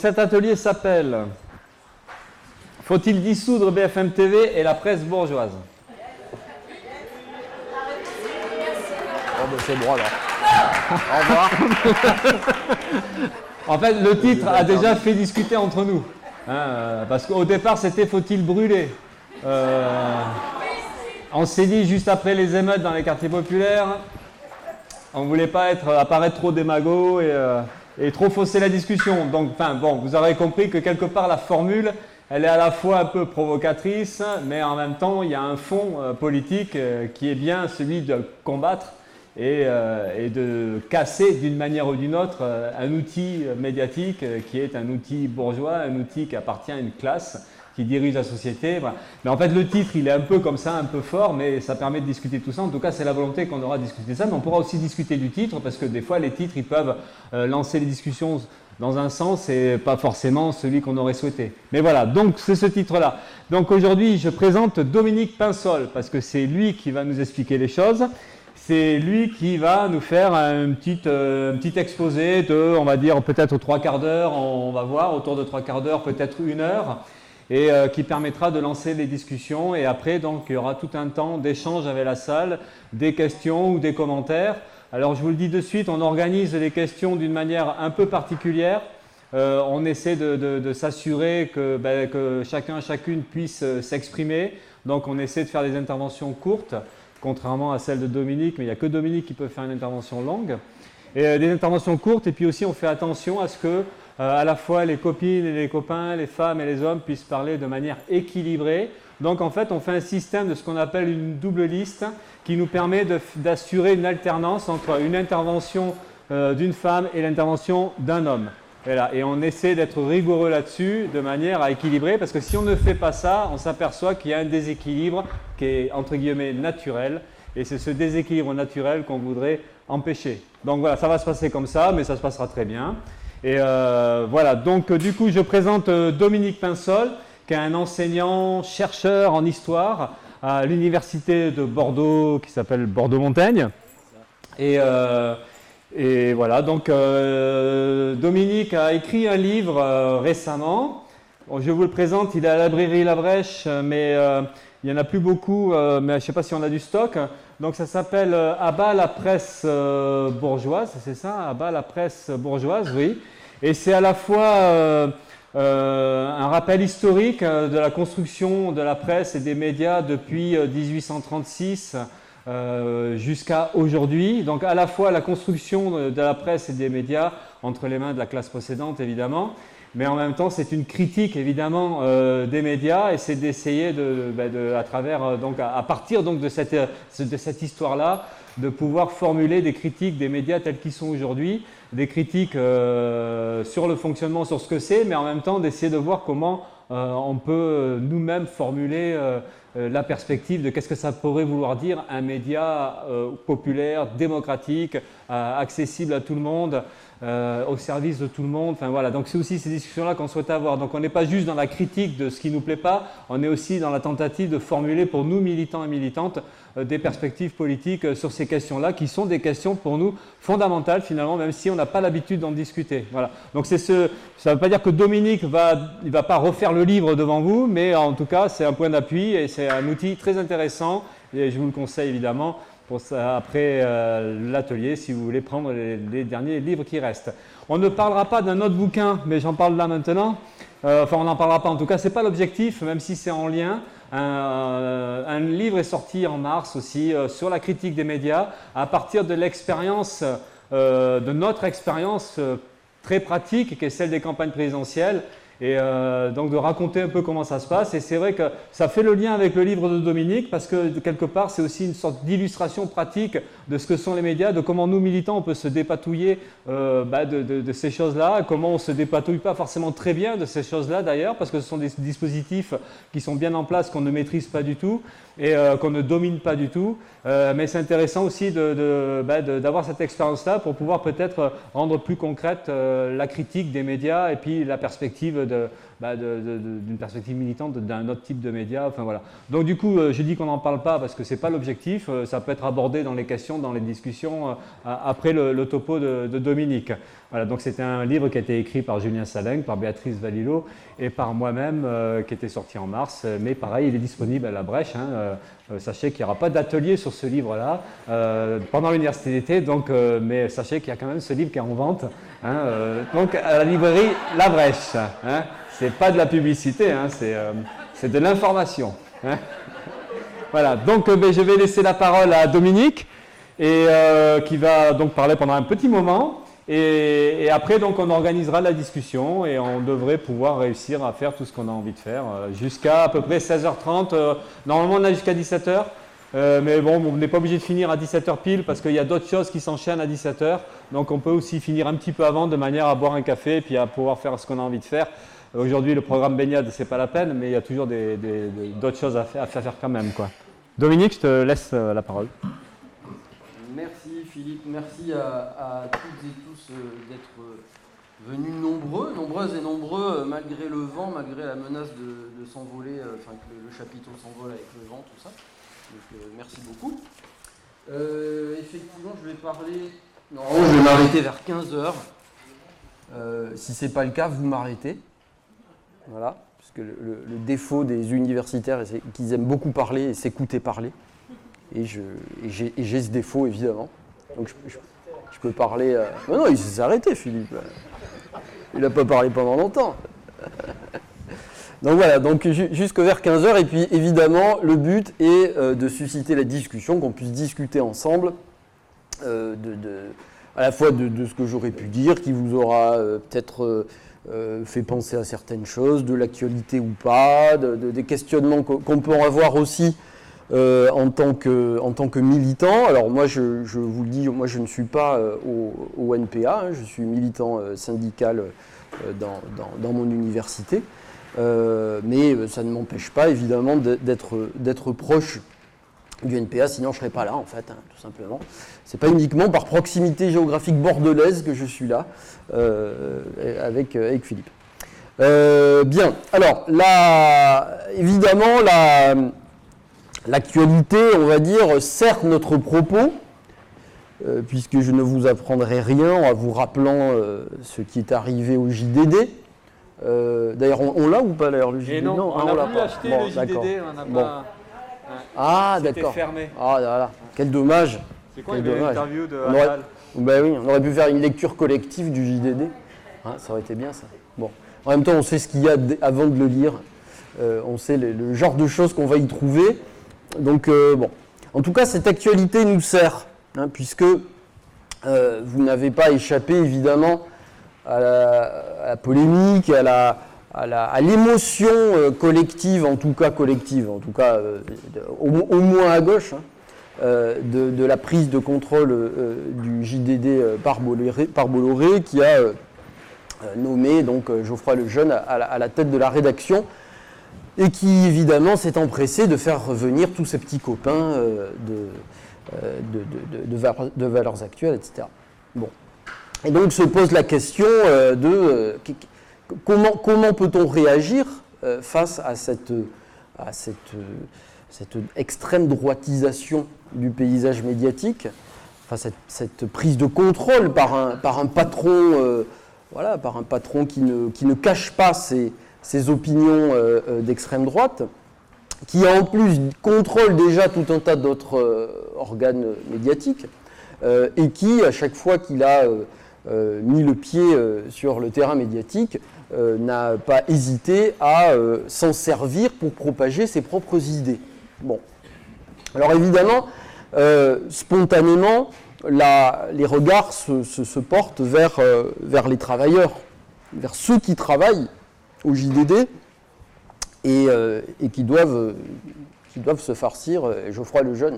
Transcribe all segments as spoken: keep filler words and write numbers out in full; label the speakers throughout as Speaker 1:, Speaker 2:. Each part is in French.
Speaker 1: Cet atelier s'appelle « Faut-il dissoudre B F M T V et la presse bourgeoise ?» Oh ben c'est bon alors. Au revoir. En fait, le titre a déjà fait discuter entre nous. Hein, parce qu'au départ, c'était « Faut-il brûler ?» euh, On s'est dit, juste après les émeutes dans les quartiers populaires, on ne voulait pas être, apparaître trop démago et... Euh, et trop fausser la discussion. Donc, enfin, bon, vous aurez compris que quelque part, la formule, elle est à la fois un peu provocatrice, mais en même temps, il y a un fond euh, politique euh, qui est bien celui de combattre et, euh, et de casser d'une manière ou d'une autre euh, un outil médiatique euh, qui est un outil bourgeois, un outil qui appartient à une classe qui dirige la société. Voilà. Mais en fait, le titre, il est un peu comme ça, un peu fort, mais ça permet de discuter tout ça. En tout cas, c'est la volonté qu'on aura de discuter ça, mais on pourra aussi discuter du titre, parce que des fois, les titres, ils peuvent euh, lancer les discussions dans un sens et pas forcément celui qu'on aurait souhaité. Mais voilà, donc c'est ce titre-là. Donc aujourd'hui, je présente Dominique Pinsol, parce que c'est lui qui va nous expliquer les choses. C'est lui qui va nous faire un petit, euh, un petit exposé de, on va dire, peut-être trois quarts d'heure, on va voir, autour de trois quarts d'heure, peut-être une heure, et euh, qui permettra de lancer les discussions. Et après, donc, il y aura tout un temps d'échange avec la salle, des questions ou des commentaires. Alors, je vous le dis de suite, on organise les questions d'une manière un peu particulière. Euh, on essaie de, de, de s'assurer que, ben, que chacun, chacune puisse euh, s'exprimer. Donc, on essaie de faire des interventions courtes, contrairement à celle de Dominique, mais il n'y a que Dominique qui peut faire une intervention longue. Et euh, des interventions courtes, et puis aussi, on fait attention à ce que Euh, à la fois les copines et les copains, les femmes et les hommes puissent parler de manière équilibrée. Donc en fait, on fait un système de ce qu'on appelle une double liste qui nous permet d'assurer une alternance entre une intervention euh, d'une femme et l'intervention d'un homme. Voilà. Et on essaie d'être rigoureux là-dessus de manière à équilibrer, parce que si on ne fait pas ça, on s'aperçoit qu'il y a un déséquilibre qui est entre guillemets naturel, et c'est ce déséquilibre naturel qu'on voudrait empêcher. Donc voilà, ça va se passer comme ça, mais ça se passera très bien. Et euh, voilà, donc du coup, je présente euh, Dominique Pinsol, qui est un enseignant, chercheur en histoire à l'université de Bordeaux, qui s'appelle Bordeaux-Montaigne. Et, euh, et voilà, donc euh, Dominique a écrit un livre euh, récemment. Bon, je vous le présente, il est à la librairie La Brèche, mais euh, il n'y en a plus beaucoup, euh, mais je ne sais pas si on a du stock. Donc ça s'appelle euh, « À bas la presse euh, bourgeoise », c'est ça ? « À bas la presse bourgeoise », oui. Et c'est à la fois euh, euh, un rappel historique euh, de la construction de la presse et des médias depuis euh, mille huit cent trente-six euh, jusqu'à aujourd'hui. Donc à la fois la construction de, de la presse et des médias entre les mains de la classe précédente, évidemment, mais en même temps, c'est une critique, évidemment, euh, des médias, et c'est d'essayer, de, de, de, à travers, euh, donc, à, à partir donc, de cette, de cette histoire-là, de pouvoir formuler des critiques des médias tels qu'ils sont aujourd'hui, des critiques euh, sur le fonctionnement, sur ce que c'est, mais en même temps d'essayer de voir comment euh, on peut nous-mêmes formuler euh, la perspective de qu'est-ce que ça pourrait vouloir dire un média euh, populaire, démocratique, euh, accessible à tout le monde, euh, au service de tout le monde. Enfin voilà, donc c'est aussi ces discussions-là qu'on souhaite avoir. Donc on n'est pas juste dans la critique de ce qui ne nous plaît pas, on est aussi dans la tentative de formuler pour nous, militants et militantes, euh, des perspectives politiques euh, sur ces questions-là, qui sont des questions pour nous fondamentales finalement, même si on n'a pas l'habitude d'en discuter. Voilà. Donc c'est ce, ça ne veut pas dire que Dominique va, il va pas refaire le livre devant vous, mais en tout cas c'est un point d'appui et c'est un outil très intéressant et je vous le conseille évidemment pour ça, après euh, l'atelier si vous voulez prendre les, les derniers livres qui restent. On ne parlera pas d'un autre bouquin, mais j'en parle là maintenant. Euh, enfin, on n'en parlera pas en tout cas, ce n'est pas l'objectif, même si c'est en lien. Un, euh, un livre est sorti en mars aussi euh, sur la critique des médias à partir de l'expérience, euh, de notre expérience euh, très pratique qui est celle des campagnes présidentielles. Et euh, donc de raconter un peu comment ça se passe. Et c'est vrai que ça fait le lien avec le livre de Dominique parce que quelque part c'est aussi une sorte d'illustration pratique de ce que sont les médias, de comment nous militants on peut se dépatouiller euh, bah, de, de, de ces choses-là, comment on ne se dépatouille pas forcément très bien de ces choses-là d'ailleurs parce que ce sont des dispositifs qui sont bien en place qu'on ne maîtrise pas du tout et euh, qu'on ne domine pas du tout. Euh, mais c'est intéressant aussi de, de, bah, de, d'avoir cette expérience-là pour pouvoir peut-être rendre plus concrète euh, la critique des médias et puis la perspective de, bah, de, de, de, d'une perspective militante d'un autre type de média. Enfin, voilà. Donc du coup, euh, je dis qu'on n'en parle pas parce que ce n'est pas l'objectif. Euh, ça peut être abordé dans les questions, dans les discussions, euh, après le, le topo de, de Dominique. Voilà, donc c'était un livre qui a été écrit par Julien Saleng, par Béatrice Valilot et par moi-même, euh, qui était sorti en mars. Mais pareil, il est disponible à la Brèche. Hein, euh, euh, sachez qu'il n'y aura pas d'atelier sur ce livre-là euh, pendant l'université d'été, donc, euh, mais sachez qu'il y a quand même ce livre qui est en vente. Hein, euh, donc à la librairie La Brèche. Hein, c'est pas de la publicité, hein, c'est, euh, c'est de l'information. Hein. Voilà, donc euh, ben, je vais laisser la parole à Dominique, et, euh, qui va donc parler pendant un petit moment. Et, et après, donc, on organisera la discussion et on devrait pouvoir réussir à faire tout ce qu'on a envie de faire euh, jusqu'à à peu près seize heures trente. Euh, normalement, on a jusqu'à dix-sept heures. Euh, mais bon, on n'est pas obligé de finir à dix-sept heures pile parce qu'il y a d'autres choses qui s'enchaînent à dix-sept heures. Donc, on peut aussi finir un petit peu avant de manière à boire un café et puis à pouvoir faire ce qu'on a envie de faire. Aujourd'hui, le programme baignade, c'est pas la peine, mais il y a toujours des, des, des, d'autres choses à faire, à faire quand même, quoi. Dominique, je te laisse la parole.
Speaker 2: Merci Philippe, merci à, à toutes et tous euh, d'être venus nombreux, nombreuses et nombreux, euh, malgré le vent, malgré la menace de, de s'envoler, euh, enfin que le, le chapiteau s'envole avec le vent, tout ça. Donc euh, merci beaucoup. Euh, effectivement, je vais parler... Non, je vais m'arrêter vers quinze heures. Euh, si ce n'est pas le cas, vous m'arrêtez. Voilà, parce que le, le, le défaut des universitaires, c'est qu'ils aiment beaucoup parler et s'écouter parler. Et, je, et, j'ai, et j'ai ce défaut, évidemment. Donc, je, je, je peux parler... Euh... Non, non, il s'est arrêté, Philippe. Il n'a pas parlé pendant longtemps. Donc, voilà, donc jusque vers quinze heures. Et puis, évidemment, le but est euh, de susciter la discussion, qu'on puisse discuter ensemble, euh, de, de, à la fois de, de ce que j'aurais pu dire, qui vous aura euh, peut-être euh, fait penser à certaines choses, de l'actualité ou pas, de, de, des questionnements qu'on peut en avoir aussi, Euh, en, tant que, en tant que militant. Alors moi, je, je vous le dis, moi je ne suis pas euh, au, au N P A, hein, je suis militant euh, syndical euh, dans, dans, dans mon université, euh, mais ça ne m'empêche pas évidemment d'être, d'être proche du N P A, sinon je ne serais pas là en fait, hein, tout simplement. Ce n'est pas uniquement par proximité géographique bordelaise que je suis là euh, avec, avec Philippe. Euh, bien, alors là, évidemment, la... L'actualité, on va dire, sert notre propos, euh, puisque je ne vous apprendrai rien en vous rappelant euh, ce qui est arrivé au J D D. Euh, d'ailleurs, on, on l'a ou pas d'ailleurs le J D D?
Speaker 1: Et non, non, on n'a
Speaker 2: l'a
Speaker 1: plus
Speaker 2: pas
Speaker 1: acheté
Speaker 2: bon,
Speaker 1: le J D D, on n'a
Speaker 2: bon.
Speaker 1: pas...
Speaker 2: Ah,
Speaker 1: C'était
Speaker 2: d'accord.
Speaker 1: fermé.
Speaker 2: Ah, voilà. Quel dommage.
Speaker 1: C'est quoi
Speaker 2: Quel
Speaker 1: une
Speaker 2: dommage.
Speaker 1: interview de
Speaker 2: on aurait...
Speaker 1: Attal?
Speaker 2: Ben oui, on aurait pu faire une lecture collective du J D D. Hein, ça aurait été bien, ça. Bon. En même temps, on sait ce qu'il y a avant de le lire. Euh, on sait le, le genre de choses qu'on va y trouver. Donc, euh, bon. En tout cas, cette actualité nous sert, hein, puisque euh, vous n'avez pas échappé, évidemment, à la, à la polémique, à, la, à, la, à l'émotion euh, collective, en tout cas collective, en tout cas euh, de, au, au moins à gauche, hein, euh, de, de la prise de contrôle euh, du J D D euh, par, Bolloré, par Bolloré, qui a euh, nommé donc, Geoffroy Lejeune à, à, la, à la tête de la rédaction, et qui, évidemment, s'est empressé de faire revenir tous ses petits copains euh, de, euh, de, de, de, de, valeurs, de valeurs actuelles, et cetera. Bon. Et donc se pose la question euh, de euh, comment, comment peut-on réagir euh, face à cette, à cette, euh, cette extrême droitisation du paysage médiatique, enfin, cette, cette prise de contrôle par un, par un patron, euh, voilà, par un patron qui ne, qui ne cache pas ses ses opinions euh, euh, d'extrême droite, qui en plus contrôle déjà tout un tas d'autres euh, organes médiatiques, euh, et qui, à chaque fois qu'il a euh, euh, mis le pied euh, sur le terrain médiatique, euh, n'a pas hésité à euh, s'en servir pour propager ses propres idées. Bon. Alors évidemment, euh, spontanément, la, les regards se, se, se portent vers, euh, vers les travailleurs, vers ceux qui travaillent au J D D et, euh, et qui, doivent, euh, qui doivent se farcir euh, Geoffroy Lejeune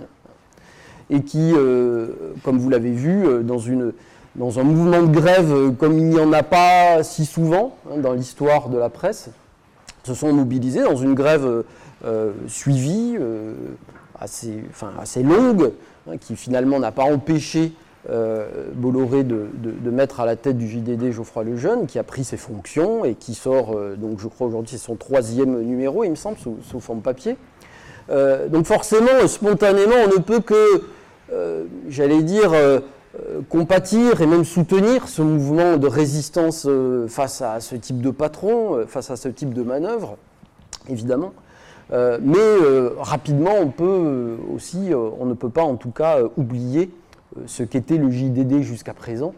Speaker 2: et qui, euh, comme vous l'avez vu, euh, dans, une, dans un mouvement de grève euh, comme il n'y en a pas si souvent hein, dans l'histoire de la presse, se sont mobilisés dans une grève euh, suivie, euh, assez, enfin, assez longue, hein, qui finalement n'a pas empêché euh, Bolloré de, de, de mettre à la tête du J D D Geoffroy Lejeune, qui a pris ses fonctions et qui sort, euh, donc je crois aujourd'hui c'est son troisième numéro, il me semble, sous, sous forme papier. Euh, donc forcément, spontanément, on ne peut que, euh, j'allais dire, euh, euh, compatir et même soutenir ce mouvement de résistance euh, face à ce type de patron, euh, face à ce type de manœuvre, évidemment. Euh, mais euh, rapidement, on peut euh, aussi, euh, on ne peut pas en tout cas euh, oublier euh, ce qu'était le J D D jusqu'à présent,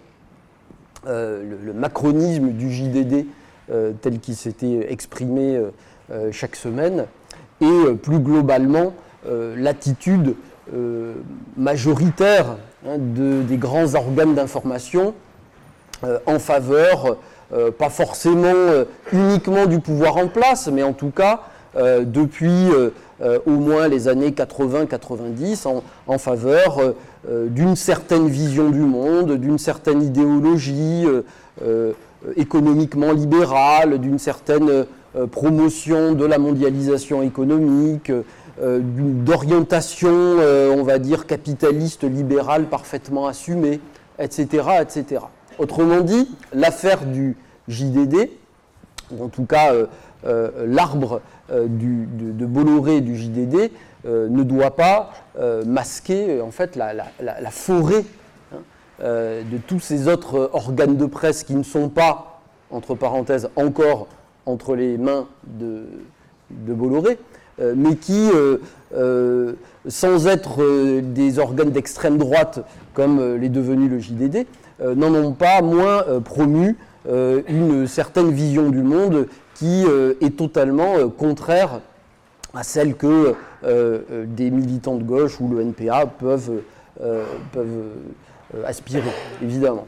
Speaker 2: euh, le, le macronisme du J D D euh, tel qu'il s'était exprimé euh, euh, chaque semaine, et euh, plus globalement euh, l'attitude euh, majoritaire hein, de, des grands organes d'information euh, en faveur, euh, pas forcément euh, uniquement du pouvoir en place, mais en tout cas euh, depuis euh, euh, au moins les années quatre-vingts quatre-vingt-dix, en, en faveur euh, d'une certaine vision du monde, d'une certaine idéologie euh, euh, économiquement libérale, d'une certaine euh, promotion de la mondialisation économique, euh, d'orientation, euh, on va dire, capitaliste libérale parfaitement assumée, et cetera, et cetera. Autrement dit, l'affaire du J D D, ou en tout cas euh, euh, l'arbre euh, du, de, de Bolloré du J D D, euh, ne doit pas euh, masquer en fait la, la, la, la forêt hein, euh, de tous ces autres organes de presse qui ne sont pas, entre parenthèses, encore entre les mains de, de Bolloré, euh, mais qui, euh, euh, sans être euh, des organes d'extrême droite comme euh, l'est devenu le J D D, euh, n'en ont pas moins euh, promu euh, une certaine vision du monde qui euh, est totalement euh, contraire à celle que euh, des militants de gauche ou le N P A peuvent, euh, peuvent euh, aspirer, évidemment.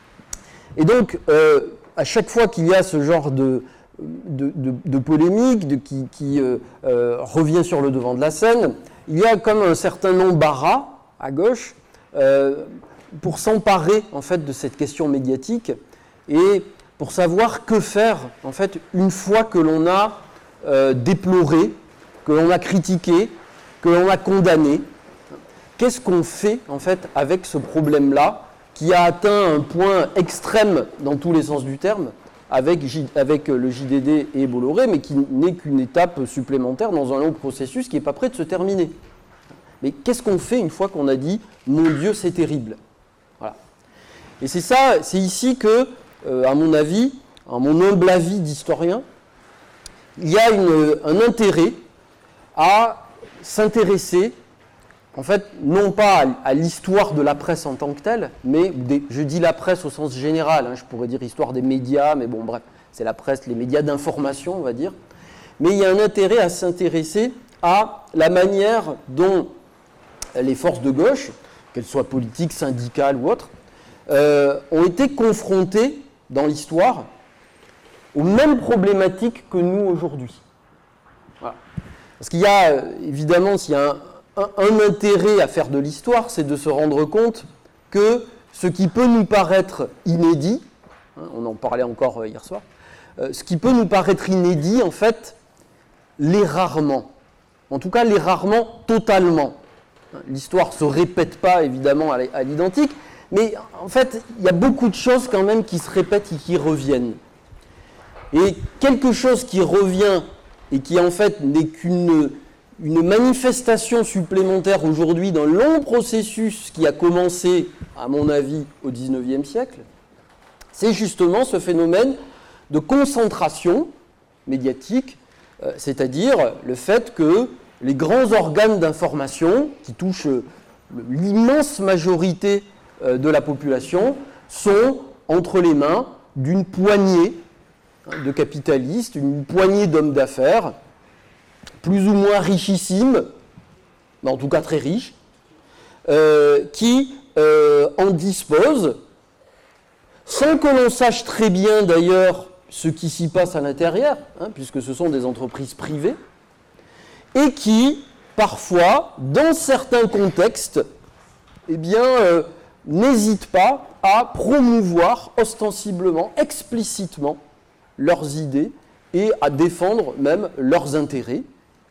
Speaker 2: Et donc, euh, à chaque fois qu'il y a ce genre de De, de, de polémique de, qui, qui euh, euh, revient sur le devant de la scène, il y a comme un certain embarras à gauche euh, pour s'emparer en fait de cette question médiatique et pour savoir que faire en fait une fois que l'on a euh, déploré, que l'on a critiqué, que l'on a condamné. Qu'est-ce qu'on fait en fait avec ce problème-là qui a atteint un point extrême dans tous les sens du terme? Avec, J, avec le J D D et Bolloré, mais qui n'est qu'une étape supplémentaire dans un long processus qui n'est pas prêt de se terminer. Mais qu'est-ce qu'on fait une fois qu'on a dit « Mon Dieu, c'est terrible ». Voilà. Et c'est ça, c'est ici que, euh, à mon avis, à mon humble avis d'historien, il y a une, un intérêt à s'intéresser, en fait, non pas à, à l'histoire de la presse en tant que telle, mais des, je dis la presse au sens général, hein, je pourrais dire histoire des médias, mais bon, bref, c'est la presse, les médias d'information, on va dire. Mais il y a un intérêt à s'intéresser à la manière dont les forces de gauche, qu'elles soient politiques, syndicales ou autres, euh, ont été confrontées dans l'histoire aux mêmes problématiques que nous aujourd'hui. Voilà. Parce qu'il y a, évidemment, s'il y a un Un, un intérêt à faire de l'histoire, c'est de se rendre compte que ce qui peut nous paraître inédit, hein, on en parlait encore hier soir, euh, ce qui peut nous paraître inédit, en fait, l'est rarement. En tout cas, l'est rarement totalement. L'histoire ne se répète pas, évidemment, à l'identique, mais en fait, il y a beaucoup de choses quand même qui se répètent et qui reviennent. Et quelque chose qui revient et qui, en fait, n'est qu'une... une manifestation supplémentaire aujourd'hui d'un long processus qui a commencé, à mon avis, au dix-neuvième siècle, c'est justement ce phénomène de concentration médiatique, euh, c'est-à-dire le fait que les grands organes d'information qui touchent l'immense majorité euh, de la population sont entre les mains d'une poignée hein, de capitalistes, une poignée d'hommes d'affaires, plus ou moins richissime, mais en tout cas très riche, euh, qui euh, en dispose, sans que l'on sache très bien d'ailleurs ce qui s'y passe à l'intérieur, hein, puisque ce sont des entreprises privées, et qui, parfois, dans certains contextes, eh bien, euh, n'hésitent pas à promouvoir ostensiblement, explicitement, leurs idées et à défendre même leurs intérêts, hein,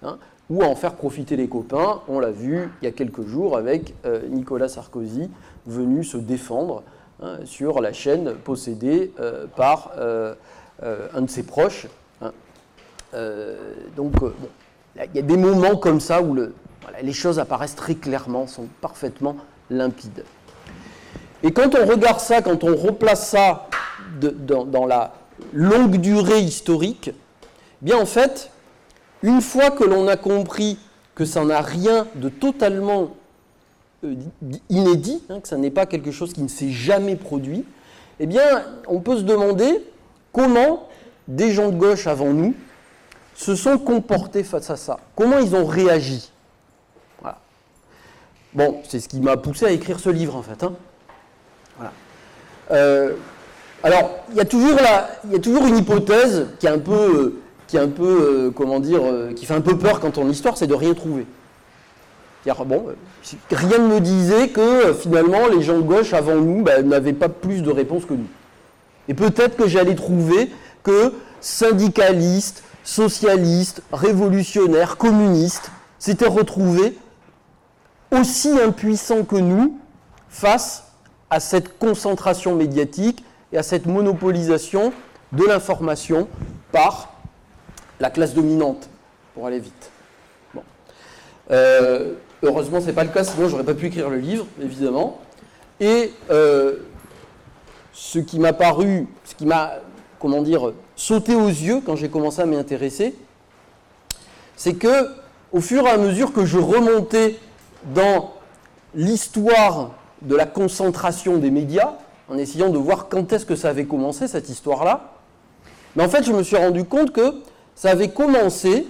Speaker 2: ou à en faire profiter les copains. On l'a vu il y a quelques jours avec euh, Nicolas Sarkozy venu se défendre hein, sur la chaîne possédée euh, par euh, euh, un de ses proches. Hein. Euh, donc, euh, bon, là, il y a des moments comme ça où le, voilà, les choses apparaissent très clairement, sont parfaitement limpides. Et quand on regarde ça, quand on replace ça de, dans, dans la longue durée historique, eh bien en fait, une fois que l'on a compris que ça n'a rien de totalement euh, inédit, hein, que ça n'est pas quelque chose qui ne s'est jamais produit, eh bien on peut se demander comment des gens de gauche avant nous se sont comportés face à ça, comment ils ont réagi. Voilà. Bon, c'est ce qui m'a poussé à écrire ce livre en fait. Hein. Voilà. Euh, alors, il y a toujours la, il y a toujours une hypothèse qui est un peu, euh, qui est un peu, euh, comment dire, euh, qui fait un peu peur quand on lit l'histoire, c'est de rien trouver. C'est-à-dire, bon, euh, rien ne me disait que euh, finalement les gens de gauche avant nous ben, n'avaient pas plus de réponses que nous. Et peut-être que j'allais trouver que syndicalistes, socialistes, révolutionnaires, communistes s'étaient retrouvés aussi impuissants que nous face à cette concentration médiatique et à cette monopolisation de l'information par la classe dominante, pour aller vite. Bon. Euh, heureusement, ce n'est pas le cas, sinon je n'aurais pas pu écrire le livre, évidemment. Et euh, ce qui m'a paru, ce qui m'a, comment dire, sauté aux yeux quand j'ai commencé à m'y intéresser, c'est que, au fur et à mesure que je remontais dans l'histoire de la concentration des médias, en essayant de voir quand est-ce que ça avait commencé, cette histoire-là. Mais en fait, je me suis rendu compte que ça avait commencé,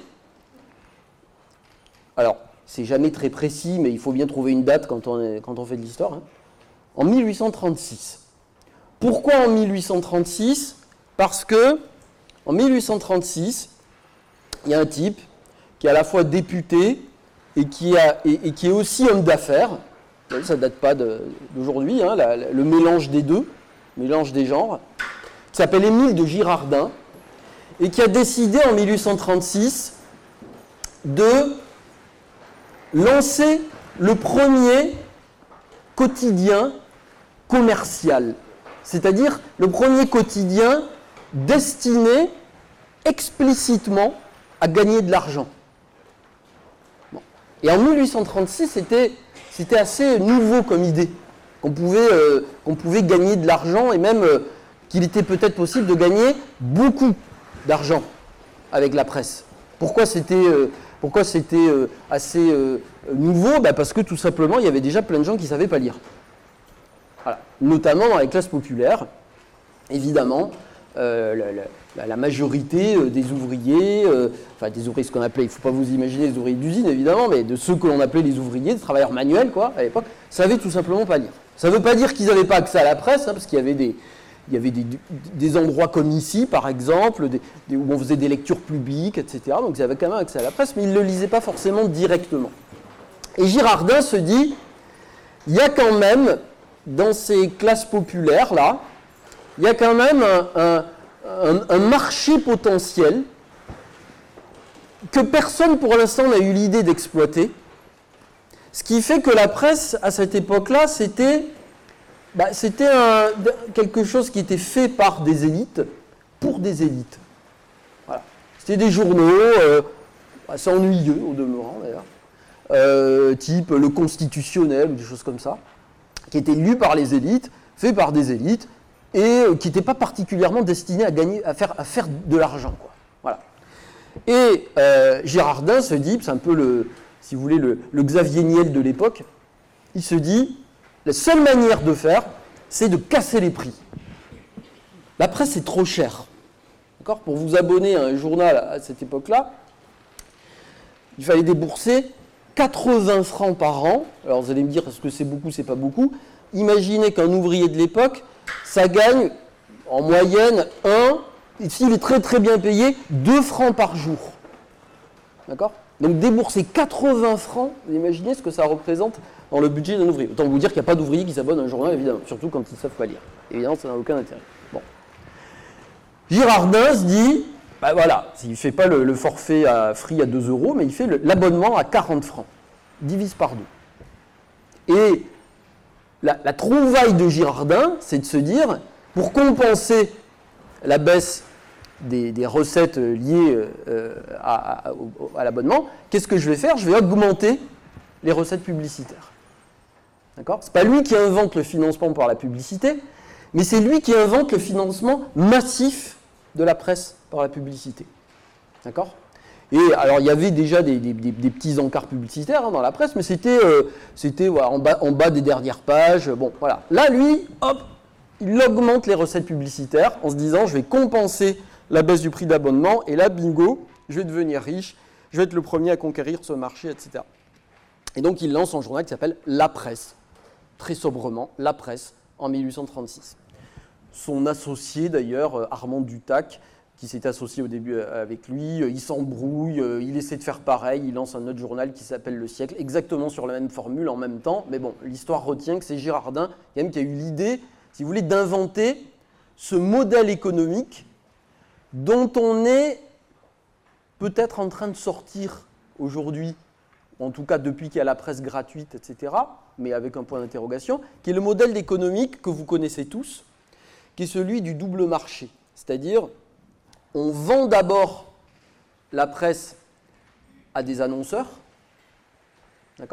Speaker 2: alors, c'est jamais très précis, mais il faut bien trouver une date quand on, est, quand on fait de l'histoire, hein, en mille huit cent trente-six. Pourquoi en mille huit cent trente-six? Parce que, en mille huit cent trente-six, il y a un type qui est à la fois député et qui, a, et, et qui est aussi homme d'affaires. Ça ne date pas d'aujourd'hui, hein, la, la, le mélange des deux, le mélange des genres, qui s'appelle Émile de Girardin, et qui a décidé en mille huit cent trente-six de lancer le premier quotidien commercial, c'est-à-dire le premier quotidien destiné explicitement à gagner de l'argent. Bon. Et en mille huit cent trente-six, c'était... C'était assez nouveau comme idée, qu'on pouvait, euh, qu'on pouvait gagner de l'argent et même euh, qu'il était peut-être possible de gagner beaucoup d'argent avec la presse. Pourquoi c'était, euh, pourquoi c'était euh, assez euh, nouveau? Bah parce que tout simplement, il y avait déjà plein de gens qui ne savaient pas lire. Voilà. Notamment dans les classes populaires, évidemment. Euh, la, la, la majorité euh, des ouvriers, euh, enfin des ouvriers, ce qu'on appelait, il ne faut pas vous imaginer les ouvriers d'usine évidemment, mais de ceux que l'on appelait les ouvriers, des travailleurs manuels quoi, à l'époque, savaient tout simplement pas lire. Ça ne veut pas dire qu'ils n'avaient pas accès à la presse, hein, parce qu'il y avait des, il y avait des, des endroits comme ici par exemple, des, des, où on faisait des lectures publiques, et cetera. Donc ils avaient quand même accès à la presse, mais ils ne le lisaient pas forcément directement. Et Girardin se dit, il y a quand même, dans ces classes populaires là, il y a quand même un, un, un, un marché potentiel que personne pour l'instant n'a eu l'idée d'exploiter. Ce qui fait que la presse, à cette époque-là, c'était, bah, c'était un, quelque chose qui était fait par des élites, pour des élites. Voilà. C'était des journaux, euh, assez ennuyeux au demeurant d'ailleurs, euh, type Le Constitutionnel ou des choses comme ça, qui étaient lus par les élites, faits par des élites, et qui n'était pas particulièrement destiné à gagner, à faire, à faire de l'argent, quoi. Voilà. Et euh, Girardin se dit, c'est un peu le, si vous voulez, le, le Xavier Niel de l'époque, il se dit, la seule manière de faire, c'est de casser les prix. La presse est trop chère. D'accord ? Pour vous abonner à un journal à cette époque-là, il fallait débourser quatre-vingts francs par an. Alors vous allez me dire, est-ce que c'est beaucoup, c'est pas beaucoup ? Imaginez qu'un ouvrier de l'époque, ça gagne en moyenne un, s'il est très très bien payé, deux francs par jour. D'accord ? Donc débourser quatre-vingts francs, vous imaginez ce que ça représente dans le budget d'un ouvrier. Autant vous dire qu'il n'y a pas d'ouvrier qui s'abonne à un journal, évidemment, surtout quand ils ne savent pas lire. Évidemment, ça n'a aucun intérêt. Bon. Girardin se dit, bah voilà, il ne fait pas le, le forfait à Free à deux euros, mais il fait le, l'abonnement à quarante francs. Il divise par deux. Et la, la trouvaille de Girardin, c'est de se dire, pour compenser la baisse des, des recettes liées euh, à, à, à l'abonnement, qu'est-ce que je vais faire? Je vais augmenter les recettes publicitaires. D'accord? Ce n'est pas lui qui invente le financement par la publicité, mais c'est lui qui invente le financement massif de la presse par la publicité. D'accord? Et alors, il y avait déjà des, des, des, des petits encarts publicitaires hein, dans la presse, mais c'était, euh, c'était voilà, en, bas, en bas des dernières pages. Bon, voilà. Là, lui, hop, il augmente les recettes publicitaires en se disant, je vais compenser la baisse du prix d'abonnement, et là, bingo, je vais devenir riche, je vais être le premier à conquérir ce marché, et cetera. Et donc, il lance un journal qui s'appelle La Presse, très sobrement, La Presse, en mille huit cent trente-six. Son associé, d'ailleurs, Armand Dutac, qui s'est associé au début avec lui, il s'embrouille, il essaie de faire pareil, il lance un autre journal qui s'appelle Le Siècle, exactement sur la même formule en même temps, mais bon, l'histoire retient que c'est Girardin quand même qui a eu l'idée, si vous voulez, d'inventer ce modèle économique dont on est peut-être en train de sortir aujourd'hui, en tout cas depuis qu'il y a la presse gratuite, et cetera, mais avec un point d'interrogation, qui est le modèle économique que vous connaissez tous, qui est celui du double marché. C'est-à-dire, on vend d'abord la presse à des annonceurs, d'accord ?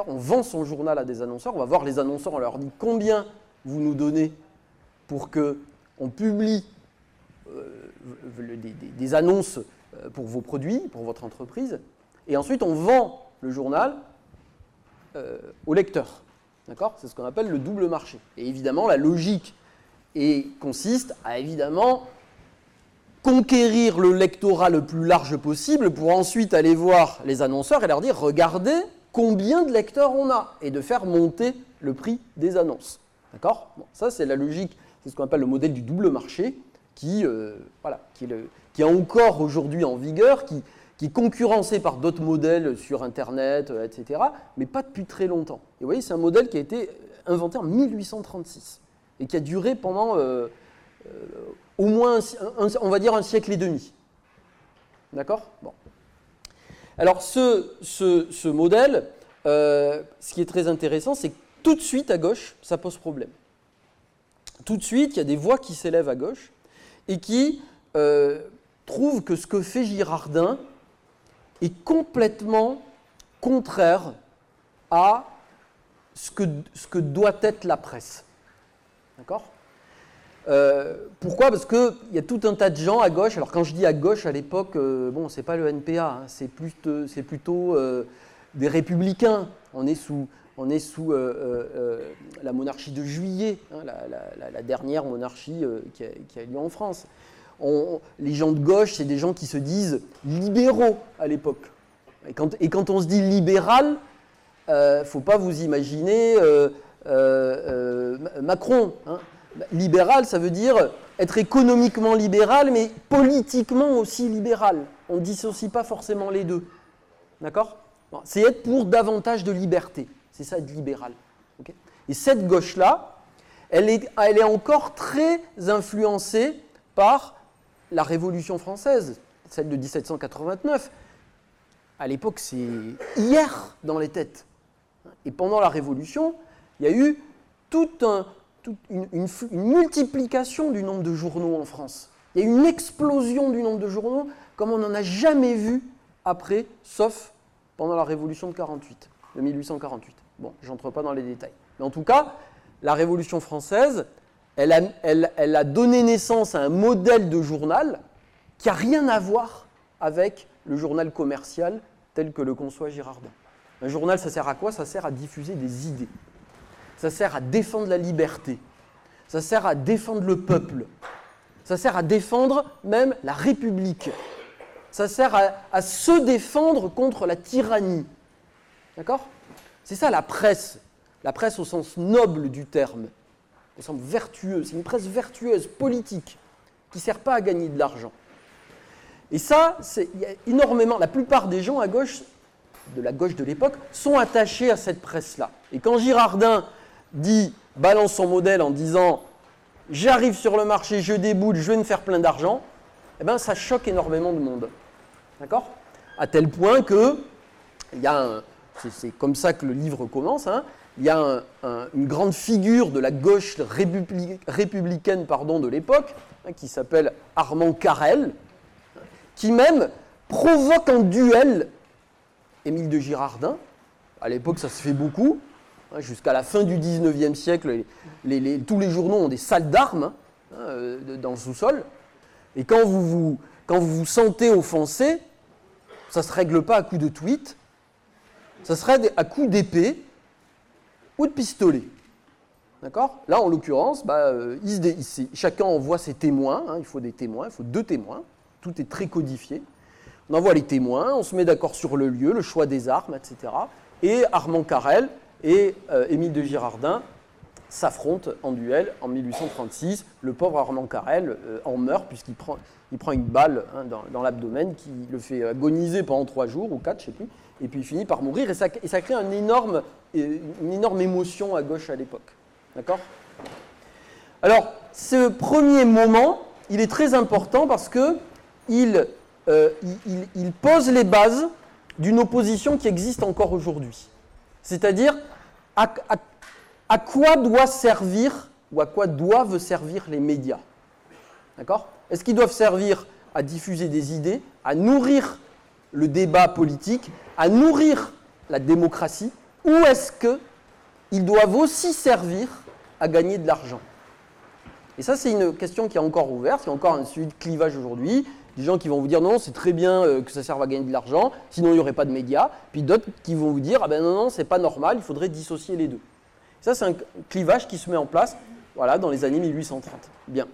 Speaker 2: On vend son journal à des annonceurs, on va voir les annonceurs, on leur dit combien vous nous donnez pour qu'on publie euh, des, des, des annonces pour vos produits, pour votre entreprise, et ensuite on vend le journal euh, au lecteur. D'accord ? C'est ce qu'on appelle le double marché. Et évidemment, la logique et consiste à évidemment conquérir le lectorat le plus large possible pour ensuite aller voir les annonceurs et leur dire « Regardez combien de lecteurs on a » et de faire monter le prix des annonces. D'accord ? Bon, ça, c'est la logique, c'est ce qu'on appelle le modèle du double marché qui, euh, voilà, qui, est, le, qui est encore aujourd'hui en vigueur, qui, qui est concurrencé par d'autres modèles sur Internet, et cetera, mais pas depuis très longtemps. Et vous voyez, c'est un modèle qui a été inventé en mille huit cent trente-six et qui a duré pendant euh, euh, au moins, un, un, on va dire, un siècle et demi. D'accord ? Bon. Alors, ce, ce, ce modèle, euh, ce qui est très intéressant, c'est que tout de suite, à gauche, ça pose problème. Tout de suite, il y a des voix qui s'élèvent à gauche et qui euh, trouvent que ce que fait Girardin est complètement contraire à ce que, ce que doit être la presse. D'accord ? euh, Pourquoi ? Parce qu'il y a tout un tas de gens à gauche. Alors quand je dis à gauche, à l'époque, euh, bon, c'est pas le N P A, hein, c'est, plus de, c'est plutôt euh, des républicains. On est sous, on est sous euh, euh, la monarchie de Juillet, hein, la, la, la dernière monarchie euh, qui, a, qui a lieu en France. On, les gens de gauche, c'est des gens qui se disent libéraux à l'époque. Et quand, et quand on se dit libéral, il euh, ne faut pas vous imaginer euh, euh, euh, Macron. Hein. Libéral, ça veut dire être économiquement libéral, mais politiquement aussi libéral. On ne dissocie pas forcément les deux. D'accord ? Bon, c'est être pour davantage de liberté. C'est ça être libéral. Okay ? Et cette gauche-là, elle est, elle est encore très influencée par la Révolution française, celle de dix-sept cent quatre-vingt-neuf. À l'époque, c'est hier dans les têtes. Et pendant la Révolution, il y a eu toute, un, toute une, une, une multiplication du nombre de journaux en France. Il y a eu une explosion du nombre de journaux comme on n'en a jamais vu après, sauf pendant la Révolution de quarante-huit, de mille huit cent quarante-huit. Bon, je n'entre pas dans les détails. Mais en tout cas, la Révolution française, elle a, elle, elle a donné naissance à un modèle de journal qui n'a rien à voir avec le journal commercial tel que le conçoit Girardin. Un journal, ça sert à quoi ? Ça sert à diffuser des idées. Ça sert à défendre la liberté. Ça sert à défendre le peuple. Ça sert à défendre même la République. Ça sert à, à se défendre contre la tyrannie. D'accord ? C'est ça la presse. La presse au sens noble du terme, au sens vertueux. C'est une presse vertueuse, politique, qui ne sert pas à gagner de l'argent. Et ça, c'est, il y a énormément, la plupart des gens à gauche, de la gauche de l'époque, sont attachés à cette presse-là. Et quand Girardin dit, balance son modèle en disant « j'arrive sur le marché, je déboule, je vais me faire plein d'argent », eh ben, ça choque énormément de monde. D'accord ? À tel point que, il y a un, c'est, c'est comme ça que le livre commence, hein, il y a un, un, une grande figure de la gauche républi- républicaine pardon, de l'époque, hein, qui s'appelle Armand Carrel, qui même provoque en duel Émile de Girardin. À l'époque, ça se fait beaucoup. Hein, jusqu'à la fin du dix-neuvième siècle, les, les, les, tous les journaux ont des salles d'armes hein, euh, dans le sous-sol. Et quand vous vous, quand vous vous sentez offensé, ça ne se règle pas à coups de tweet, ça serait à coups d'épée ou de pistolet. D'accord ? Là, en l'occurrence, bah, euh, il se dé, il se, chacun envoie ses témoins. Hein, il faut des témoins, il faut deux témoins. Tout est très codifié. On envoie les témoins, on se met d'accord sur le lieu, le choix des armes, et cetera. Et Armand Carrel et euh, Émile de Girardin s'affrontent en duel en mille huit cent trente-six. Le pauvre Armand Carrel euh, en meurt puisqu'il prend, il prend une balle hein, dans, dans l'abdomen qui le fait agoniser pendant trois jours ou quatre, je ne sais plus. Et puis il finit par mourir et ça, et ça crée un énorme, une énorme émotion à gauche à l'époque. D'accord ? Alors, ce premier moment, il est très important parce qu'il euh, il, il pose les bases d'une opposition qui existe encore aujourd'hui. C'est-à-dire, à, à, à quoi doit servir ou à quoi doivent servir les médias ? D'accord ? Est-ce qu'ils doivent servir à diffuser des idées, à nourrir le débat politique, à nourrir la démocratie, ou est-ce qu'ils doivent aussi servir à gagner de l'argent ? Et ça, c'est une question qui est encore ouverte, il y a encore un sujet de clivage aujourd'hui. Des gens qui vont vous dire non, c'est très bien que ça serve à gagner de l'argent, sinon il n'y aurait pas de médias. Puis d'autres qui vont vous dire ah ben non, non, c'est pas normal, il faudrait dissocier les deux. Et ça, c'est un clivage qui se met en place voilà, dans les années mille huit cent trente. Bien.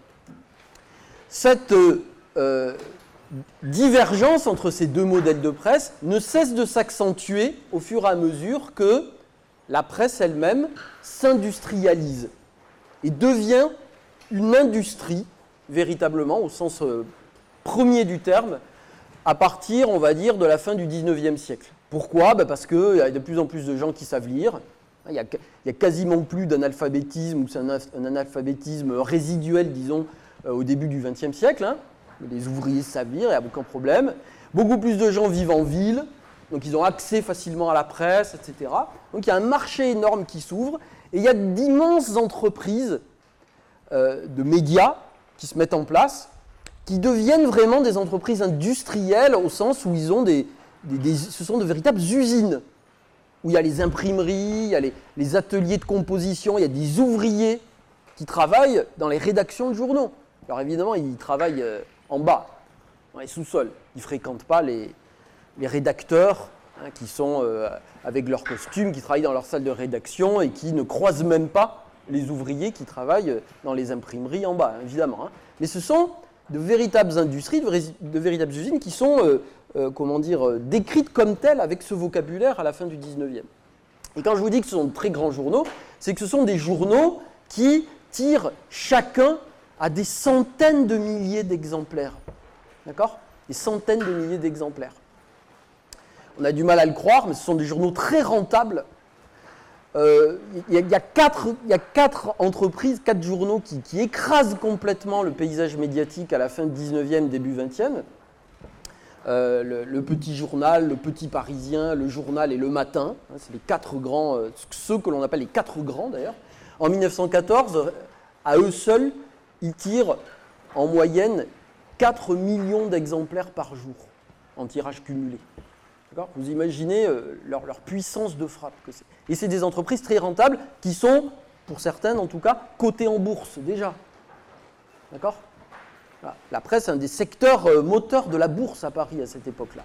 Speaker 2: Cette euh, divergence entre ces deux modèles de presse ne cesse de s'accentuer au fur et à mesure que la presse elle-même s'industrialise et devient une industrie, véritablement, au sens euh, premier du terme, à partir, on va dire, de la fin du dix-neuvième siècle. Pourquoi ? Ben parce qu'il y a de plus en plus de gens qui savent lire. Il n'y a, a quasiment plus d'analphabétisme, ou c'est un, un analphabétisme résiduel, disons, euh, au début du vingtième siècle. Hein. Les ouvriers savent lire, il n'y a aucun problème. Beaucoup plus de gens vivent en ville, donc ils ont accès facilement à la presse, et cetera. Donc il y a un marché énorme qui s'ouvre, et il y a d'immenses entreprises euh, de médias qui se mettent en place, qui deviennent vraiment des entreprises industrielles au sens où ils ont des, des, des ce sont de véritables usines, où il y a les imprimeries, il y a les, les ateliers de composition, il y a des ouvriers qui travaillent dans les rédactions de journaux. Alors évidemment, ils travaillent euh, en bas, dans les sous-sols. Ils ne fréquentent pas les, les rédacteurs hein, qui sont euh, avec leurs costumes, qui travaillent dans leur salle de rédaction et qui ne croisent même pas les ouvriers qui travaillent dans les imprimeries en bas, évidemment. Hein. Mais ce sont de véritables industries, de, véritables, de véritables usines qui sont, euh, euh, comment dire, euh, décrites comme telles avec ce vocabulaire à la fin du dix-neuvième. Et quand je vous dis que ce sont de très grands journaux, c'est que ce sont des journaux qui tirent chacun à des centaines de milliers d'exemplaires. D'accord ? Des centaines de milliers d'exemplaires. On a du mal à le croire, mais ce sont des journaux très rentables. Euh, y, y, a quatre, y a quatre entreprises, quatre journaux qui, qui écrasent complètement le paysage médiatique à la fin du dix-neuvième, début vingtième. Euh, le, le Petit Journal, le Petit Parisien, le Journal et le Matin. Hein, c'est les quatre grands, euh, ceux que l'on appelle les quatre grands d'ailleurs. En mille neuf cent quatorze, à eux seuls, ils tirent en moyenne quatre millions d'exemplaires par jour en tirage cumulé. D'accord ? Vous imaginez euh, leur, leur puissance de frappe que c'est. Et c'est des entreprises très rentables qui sont, pour certaines en tout cas, cotées en bourse déjà. D'accord ? Voilà. La presse est un des secteurs euh, moteurs de la bourse à Paris à cette époque-là.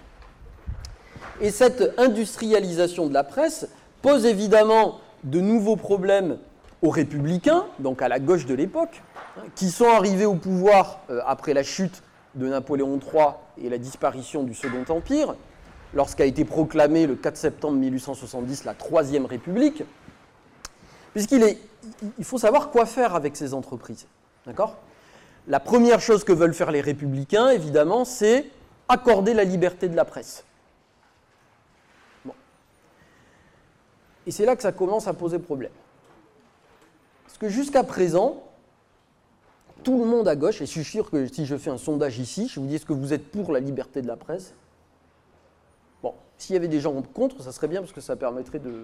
Speaker 2: Et cette industrialisation de la presse pose évidemment de nouveaux problèmes aux républicains, donc à la gauche de l'époque, hein, qui sont arrivés au pouvoir euh, après la chute de Napoléon trois et la disparition du Second Empire, lorsqu'a été proclamée le quatre septembre mille huit cent soixante-dix la Troisième République, puisqu'il est, il faut savoir quoi faire avec ces entreprises. D'accord ? La première chose que veulent faire les républicains, évidemment, c'est accorder la liberté de la presse. Bon. Et c'est là que ça commence à poser problème. Parce que jusqu'à présent, tout le monde à gauche, et je suis sûr que si je fais un sondage ici, je vous dis est-ce que vous êtes pour la liberté de la presse? Bon, s'il y avait des gens contre, ça serait bien parce que ça permettrait de,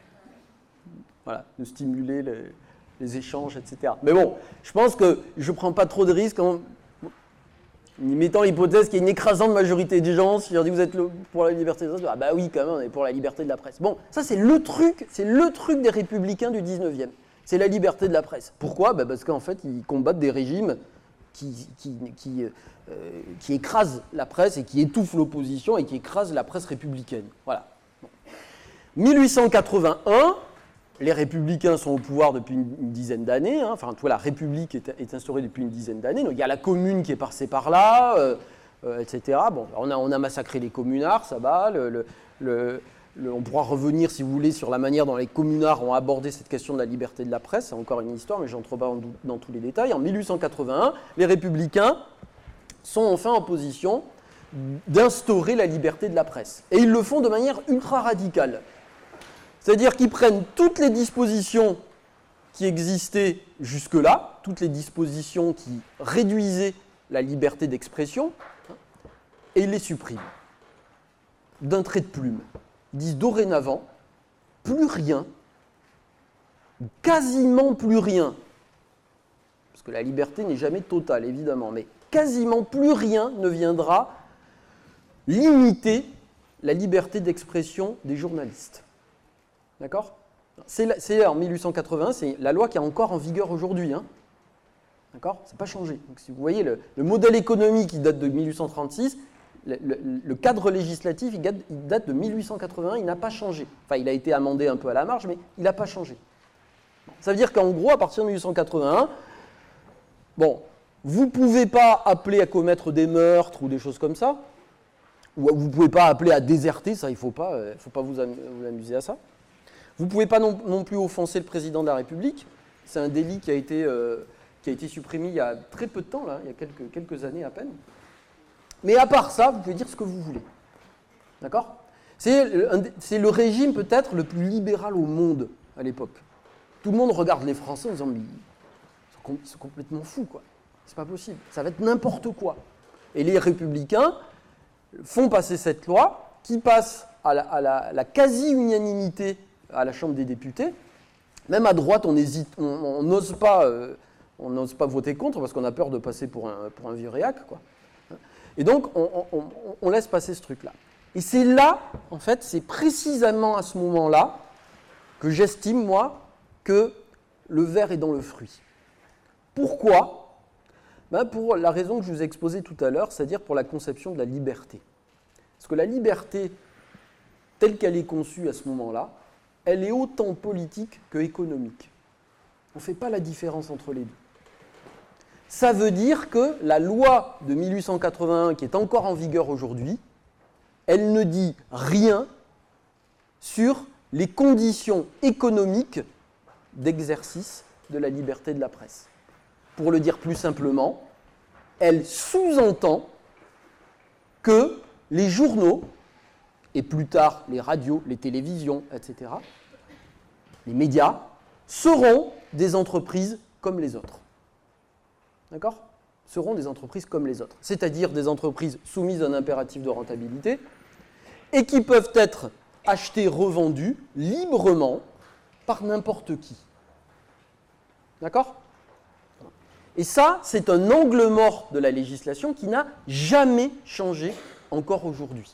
Speaker 2: voilà, de stimuler les, les échanges, et cetera. Mais bon, je pense que je ne prends pas trop de risques en mettant l'hypothèse qu'il y a une écrasante majorité des gens, si je leur dis vous êtes pour la liberté de la presse, ah bah oui, quand même, on est pour la liberté de la presse. Bon, ça c'est le truc, c'est le truc des républicains du dix-neuvième. C'est la liberté de la presse. Pourquoi? Bah parce qu'en fait, ils combattent des régimes qui, qui, qui, euh, qui écrasent la presse et qui étouffent l'opposition et qui écrasent la presse républicaine. Voilà. Bon. mille huit cent quatre-vingt-un, les républicains sont au pouvoir depuis une, une dizaine d'années. Hein. Enfin, toi, la République est, est instaurée depuis une dizaine d'années. Donc, il y a la commune qui est passée par là, euh, euh, et cetera. Bon, on a, on a massacré les communards, ça va. Le, le, le, Le, on pourra revenir, si vous voulez, sur la manière dont les communards ont abordé cette question de la liberté de la presse. C'est encore une histoire, mais je n'entre pas dans tous les détails. En mille huit cent quatre-vingt-un, les républicains sont enfin en position d'instaurer la liberté de la presse. Et ils le font de manière ultra radicale. C'est-à-dire qu'ils prennent toutes les dispositions qui existaient jusque-là, toutes les dispositions qui réduisaient la liberté d'expression, et ils les suppriment d'un trait de plume. Ils disent dorénavant, plus rien, quasiment plus rien, parce que la liberté n'est jamais totale, évidemment, mais quasiment plus rien ne viendra limiter la liberté d'expression des journalistes. D'accord? C'est en mille huit cent quatre-vingt-un, c'est la loi qui est encore en vigueur aujourd'hui. Hein. D'accord? Ça n'a pas changé. Donc, si vous voyez, le, le modèle économique qui date de mille huit cent trente-six, Le, le, le cadre législatif, il date, il date de mille huit cent quatre-vingt-un, il n'a pas changé. Enfin, il a été amendé un peu à la marge, mais il n'a pas changé. Ça veut dire qu'en gros, à partir de mille huit cent quatre-vingt-un, bon, vous ne pouvez pas appeler à commettre des meurtres ou des choses comme ça, ou vous ne pouvez pas appeler à déserter, ça, il ne faut pas, euh, faut pas vous, am vous amuser à ça. Vous ne pouvez pas non, non plus offenser le président de la République. C'est un délit qui a été, euh, qui a été supprimé il y a très peu de temps, là, il y a quelques, quelques années à peine. Mais à part ça, vous pouvez dire ce que vous voulez. D'accord? C'est le régime peut-être le plus libéral au monde à l'époque. Tout le monde regarde les Français en disant mais ils sont complètement fous, quoi. C'est pas possible. Ça va être n'importe quoi. Et les républicains font passer cette loi qui passe à la, à la, la quasi-unanimité à la Chambre des députés. Même à droite, on hésite, on n'ose pas, euh, on n'ose pas voter contre parce qu'on a peur de passer pour un, pour un vieux réac, quoi. Et donc, on, on, on laisse passer ce truc-là. Et c'est là, en fait, c'est précisément à ce moment-là que j'estime, moi, que le ver est dans le fruit. Pourquoi? Ben pour la raison que je vous ai exposée tout à l'heure, c'est-à-dire pour la conception de la liberté. Parce que la liberté, telle qu'elle est conçue à ce moment-là, elle est autant politique que économique. On ne fait pas la différence entre les deux. Ça veut dire que la loi de mille huit cent quatre-vingt-un, qui est encore en vigueur aujourd'hui, elle ne dit rien sur les conditions économiques d'exercice de la liberté de la presse. Pour le dire plus simplement, elle sous-entend que les journaux, et plus tard les radios, les télévisions, et cetera, les médias, seront des entreprises comme les autres. D'accord? Seront des entreprises comme les autres, c'est-à-dire des entreprises soumises à un impératif de rentabilité et qui peuvent être achetées, revendues librement par n'importe qui. D'accord? Et ça, c'est un angle mort de la législation qui n'a jamais changé encore aujourd'hui.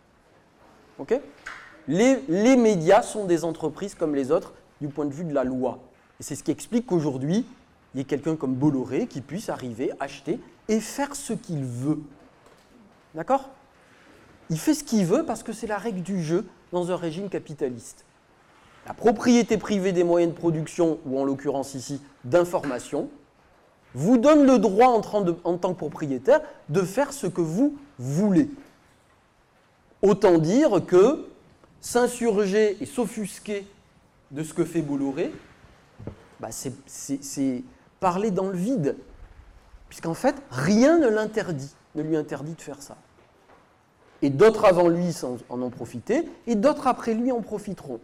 Speaker 2: Ok? Les, les médias sont des entreprises comme les autres du point de vue de la loi. Et c'est ce qui explique qu'aujourd'hui, il y ait quelqu'un comme Bolloré qui puisse arriver, acheter et faire ce qu'il veut. D'accord? Il fait ce qu'il veut parce que c'est la règle du jeu dans un régime capitaliste. La propriété privée des moyens de production, ou en l'occurrence ici d'information, vous donne le droit en, de, en tant que propriétaire de faire ce que vous voulez. Autant dire que s'insurger et s'offusquer de ce que fait Bolloré, bah c'est parler dans le vide, puisqu'en fait, rien ne l'interdit, ne lui interdit de faire ça. Et d'autres avant lui en ont profité, et d'autres après lui en profiteront.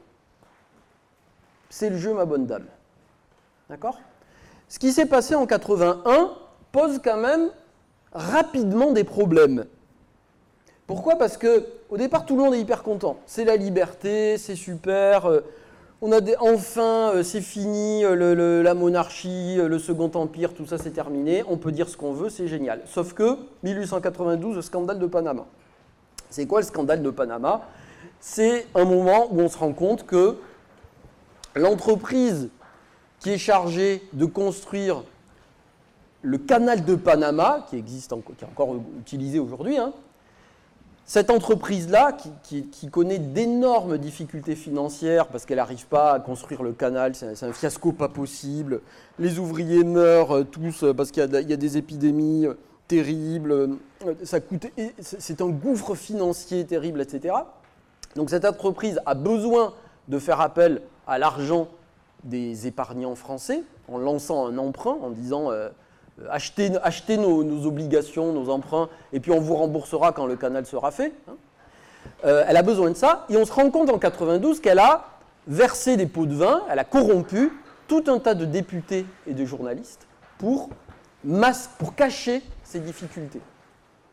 Speaker 2: C'est le jeu, ma bonne dame. D'accord? Ce qui s'est passé en quatre-vingt-un, pose quand même rapidement des problèmes. Pourquoi? Parce qu'au départ, tout le monde est hyper content. C'est la liberté, c'est super, euh, on a des, enfin, euh, c'est fini, euh, le, le, la monarchie, euh, le Second Empire, tout ça c'est terminé, on peut dire ce qu'on veut, c'est génial. Sauf que, mille huit cent quatre-vingt-douze, le scandale de Panama. C'est quoi le scandale de Panama? C'est un moment où on se rend compte que l'entreprise qui est chargée de construire le canal de Panama, qui existe, en, qui est encore utilisé aujourd'hui, hein, cette entreprise-là, qui, qui, qui connaît d'énormes difficultés financières parce qu'elle n'arrive pas à construire le canal, c'est un fiasco pas possible, les ouvriers meurent tous parce qu'il y, y a des épidémies terribles, ça coûte, c'est un gouffre financier terrible, et cetera. Donc cette entreprise a besoin de faire appel à l'argent des épargnants français en lançant un emprunt, en disant euh, achetez, achetez nos, nos obligations, nos emprunts, et puis on vous remboursera quand le canal sera fait. Hein. Euh, elle a besoin de ça, et on se rend compte en quatre-vingt-douze qu'elle a versé des pots de vin, elle a corrompu tout un tas de députés et de journalistes pour, masse, pour cacher ces difficultés. D'accord ?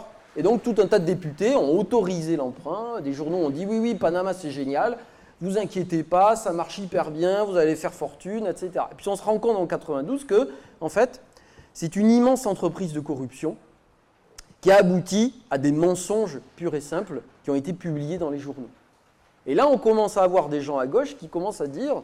Speaker 2: Et donc tout un tas de députés ont autorisé l'emprunt, des journaux ont dit oui, oui, Panama c'est génial, vous inquiétez pas, ça marche hyper bien, vous allez faire fortune, et cetera. Et puis on se rend compte en quatre-vingt-douze que, en fait, c'est une immense entreprise de corruption qui a abouti à des mensonges purs et simples qui ont été publiés dans les journaux. Et là, on commence à avoir des gens à gauche qui commencent à dire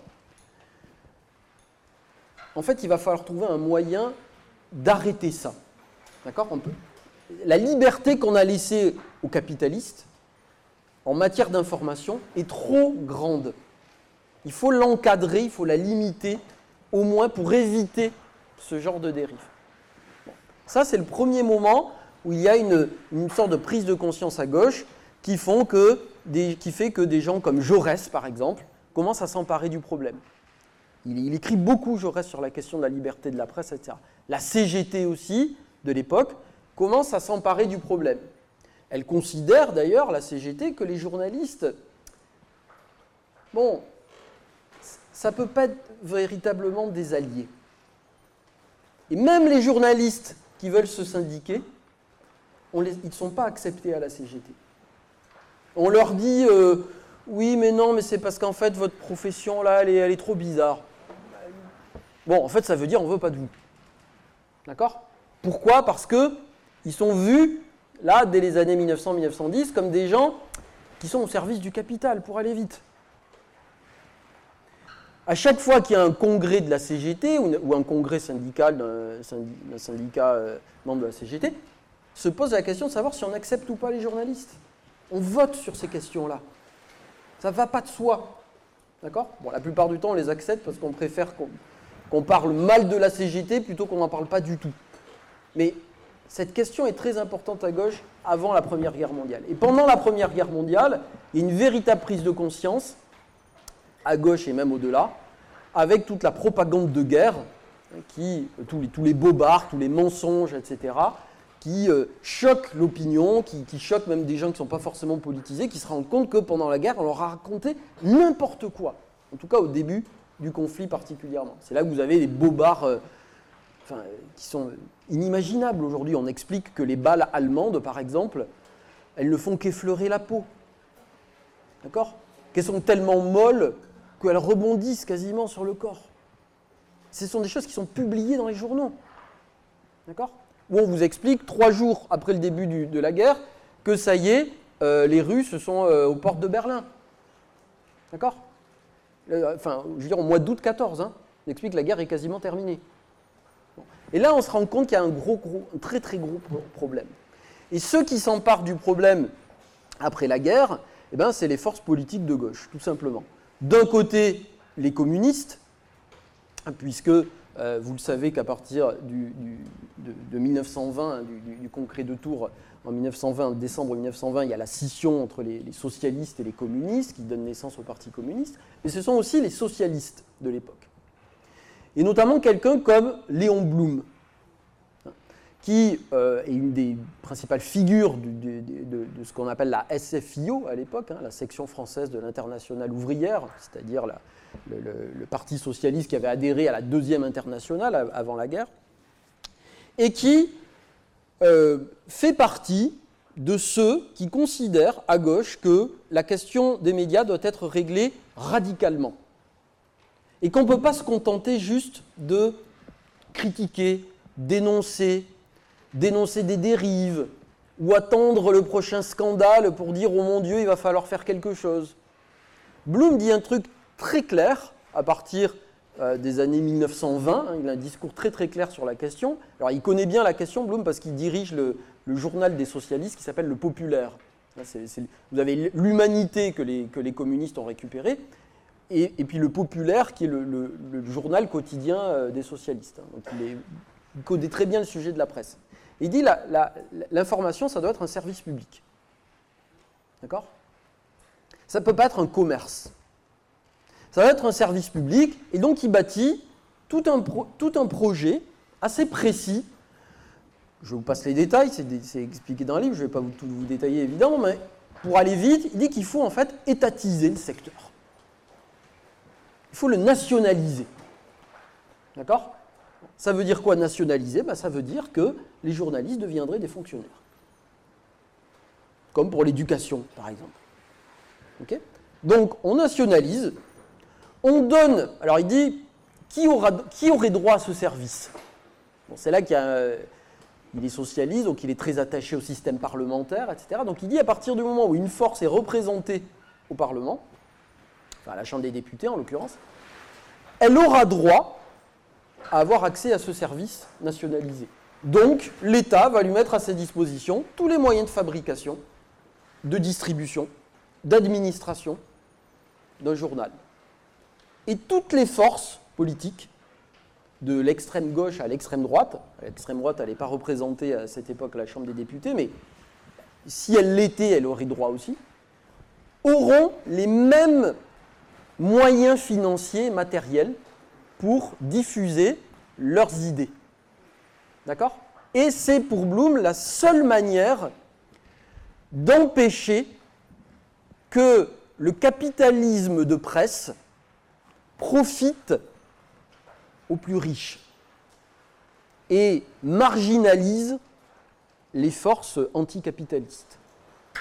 Speaker 2: en fait, il va falloir trouver un moyen d'arrêter ça. D'accord ? On peut... La liberté qu'on a laissée aux capitalistes en matière d'information est trop grande. Il faut l'encadrer, il faut la limiter, au moins pour éviter ce genre de dérive. Bon. Ça, c'est le premier moment où il y a une, une sorte de prise de conscience à gauche qui, font que des, qui fait que des gens comme Jaurès, par exemple, commencent à s'emparer du problème. Il, il écrit beaucoup, Jaurès, sur la question de la liberté de la presse, et cetera. La C G T aussi, de l'époque, commence à s'emparer du problème. Elle considère d'ailleurs, la C G T, que les journalistes, bon, ça ne peut pas être véritablement des alliés. Et même les journalistes qui veulent se syndiquer, on les, ils ne sont pas acceptés à la C G T. On leur dit, euh, oui, mais non, mais c'est parce qu'en fait, votre profession, là, elle est, elle est trop bizarre. Bon, en fait, ça veut dire on ne veut pas de vous. D'accord ? Pourquoi ? Parce qu'ils sont vus, là, dès les années mille neuf cents à mille neuf cent dix, comme des gens qui sont au service du capital pour aller vite. À chaque fois qu'il y a un congrès de la C G T ou un congrès syndical d'un syndicat euh, membre de la C G T, se pose la question de savoir si on accepte ou pas les journalistes. On vote sur ces questions-là. Ça ne va pas de soi. D'accord ? Bon, la plupart du temps, on les accepte parce qu'on préfère qu'on qu'on parle mal de la C G T plutôt qu'on n'en parle pas du tout. Mais cette question est très importante à gauche avant la Première Guerre mondiale. Et pendant la Première Guerre mondiale, il y a une véritable prise de conscience, à gauche et même au-delà, avec toute la propagande de guerre, qui, tous, les, tous les bobards, tous les mensonges, et cetera, qui euh, choquent l'opinion, qui, qui choquent même des gens qui ne sont pas forcément politisés, qui se rendent compte que pendant la guerre, on leur a raconté n'importe quoi. En tout cas, au début du conflit particulièrement. C'est là que vous avez les bobards euh, enfin, qui sont inimaginables aujourd'hui. On explique que les balles allemandes, par exemple, elles ne font qu'effleurer la peau. D'accord ? Qu'elles sont tellement molles qu'elles rebondissent quasiment sur le corps. Ce sont des choses qui sont publiées dans les journaux. D'accord ? Où on vous explique, trois jours après le début du, de la guerre, que ça y est, euh, les Russes sont euh, aux portes de Berlin. D'accord ? Enfin, je veux dire, au mois d'août quatorze, hein, on explique que la guerre est quasiment terminée. Bon. Et là, on se rend compte qu'il y a un, gros, gros, un très très gros problème. Et ceux qui s'emparent du problème après la guerre, eh ben, c'est les forces politiques de gauche, tout simplement. D'un côté, les communistes, puisque euh, vous le savez qu'à partir du, du, de, de mille neuf cent vingt, hein, du, du congrès de Tours, en mille neuf cent vingt, décembre mille neuf cent vingt, il y a la scission entre les, les socialistes et les communistes qui donne naissance au Parti communiste, mais ce sont aussi les socialistes de l'époque. Et notamment quelqu'un comme Léon Blum, qui euh, est une des principales figures du, de, de, de ce qu'on appelle la S F I O à l'époque, hein, la section française de l'Internationale ouvrière, c'est-à-dire la, le, le, le Parti socialiste qui avait adhéré à la deuxième internationale avant la guerre. et qui euh, fait partie de ceux qui considèrent à gauche que la question des médias doit être réglée radicalement. Et qu'on ne peut pas se contenter juste de critiquer, dénoncer, dénoncer des dérives, ou attendre le prochain scandale pour dire « Oh mon Dieu, il va falloir faire quelque chose ». Bloom dit un truc très clair à partir euh, des années mille neuf cent vingt, hein, il a un discours très très clair sur la question. Alors il connaît bien la question, Bloom, parce qu'il dirige le, le journal des socialistes qui s'appelle Le Populaire. Là, c'est, c'est, vous avez l'Humanité que les, que les communistes ont récupéré, et, et puis Le Populaire qui est le, le, le journal quotidien euh, des socialistes. Hein. Donc il, est, il connaît très bien le sujet de la presse. Il dit la, la, l'information, ça doit être un service public. D'accord ? Ça ne peut pas être un commerce. Ça doit être un service public, et donc il bâtit tout un, pro, tout un projet assez précis. Je vous passe les détails, c'est, c'est expliqué dans le livre, je ne vais pas vous, tout vous détailler évidemment, mais pour aller vite, il dit qu'il faut en fait étatiser le secteur. Il faut le nationaliser. D'accord ? Ça veut dire quoi nationaliser ? Ben, ça veut dire que les journalistes deviendraient des fonctionnaires. Comme pour l'éducation, par exemple. Okay ? Donc, on nationalise, on donne... Alors, il dit, qui, aura, qui aurait droit à ce service ? Bon, c'est là qu'il y a, il est socialiste, donc il est très attaché au système parlementaire, et cetera. Donc, il dit, à partir du moment où une force est représentée au Parlement, enfin, à la Chambre des députés, en l'occurrence, elle aura droit à avoir accès à ce service nationalisé. Donc, l'État va lui mettre à sa disposition tous les moyens de fabrication, de distribution, d'administration d'un journal. Et toutes les forces politiques, de l'extrême gauche à l'extrême droite, l'extrême droite, elle n'est pas représentée à cette époque à la Chambre des députés, mais si elle l'était, elle aurait droit aussi, auront les mêmes moyens financiers, matériels, pour diffuser leurs idées. D'accord ? Et c'est pour Bloom la seule manière d'empêcher que le capitalisme de presse profite aux plus riches et marginalise les forces anticapitalistes. D'accord ?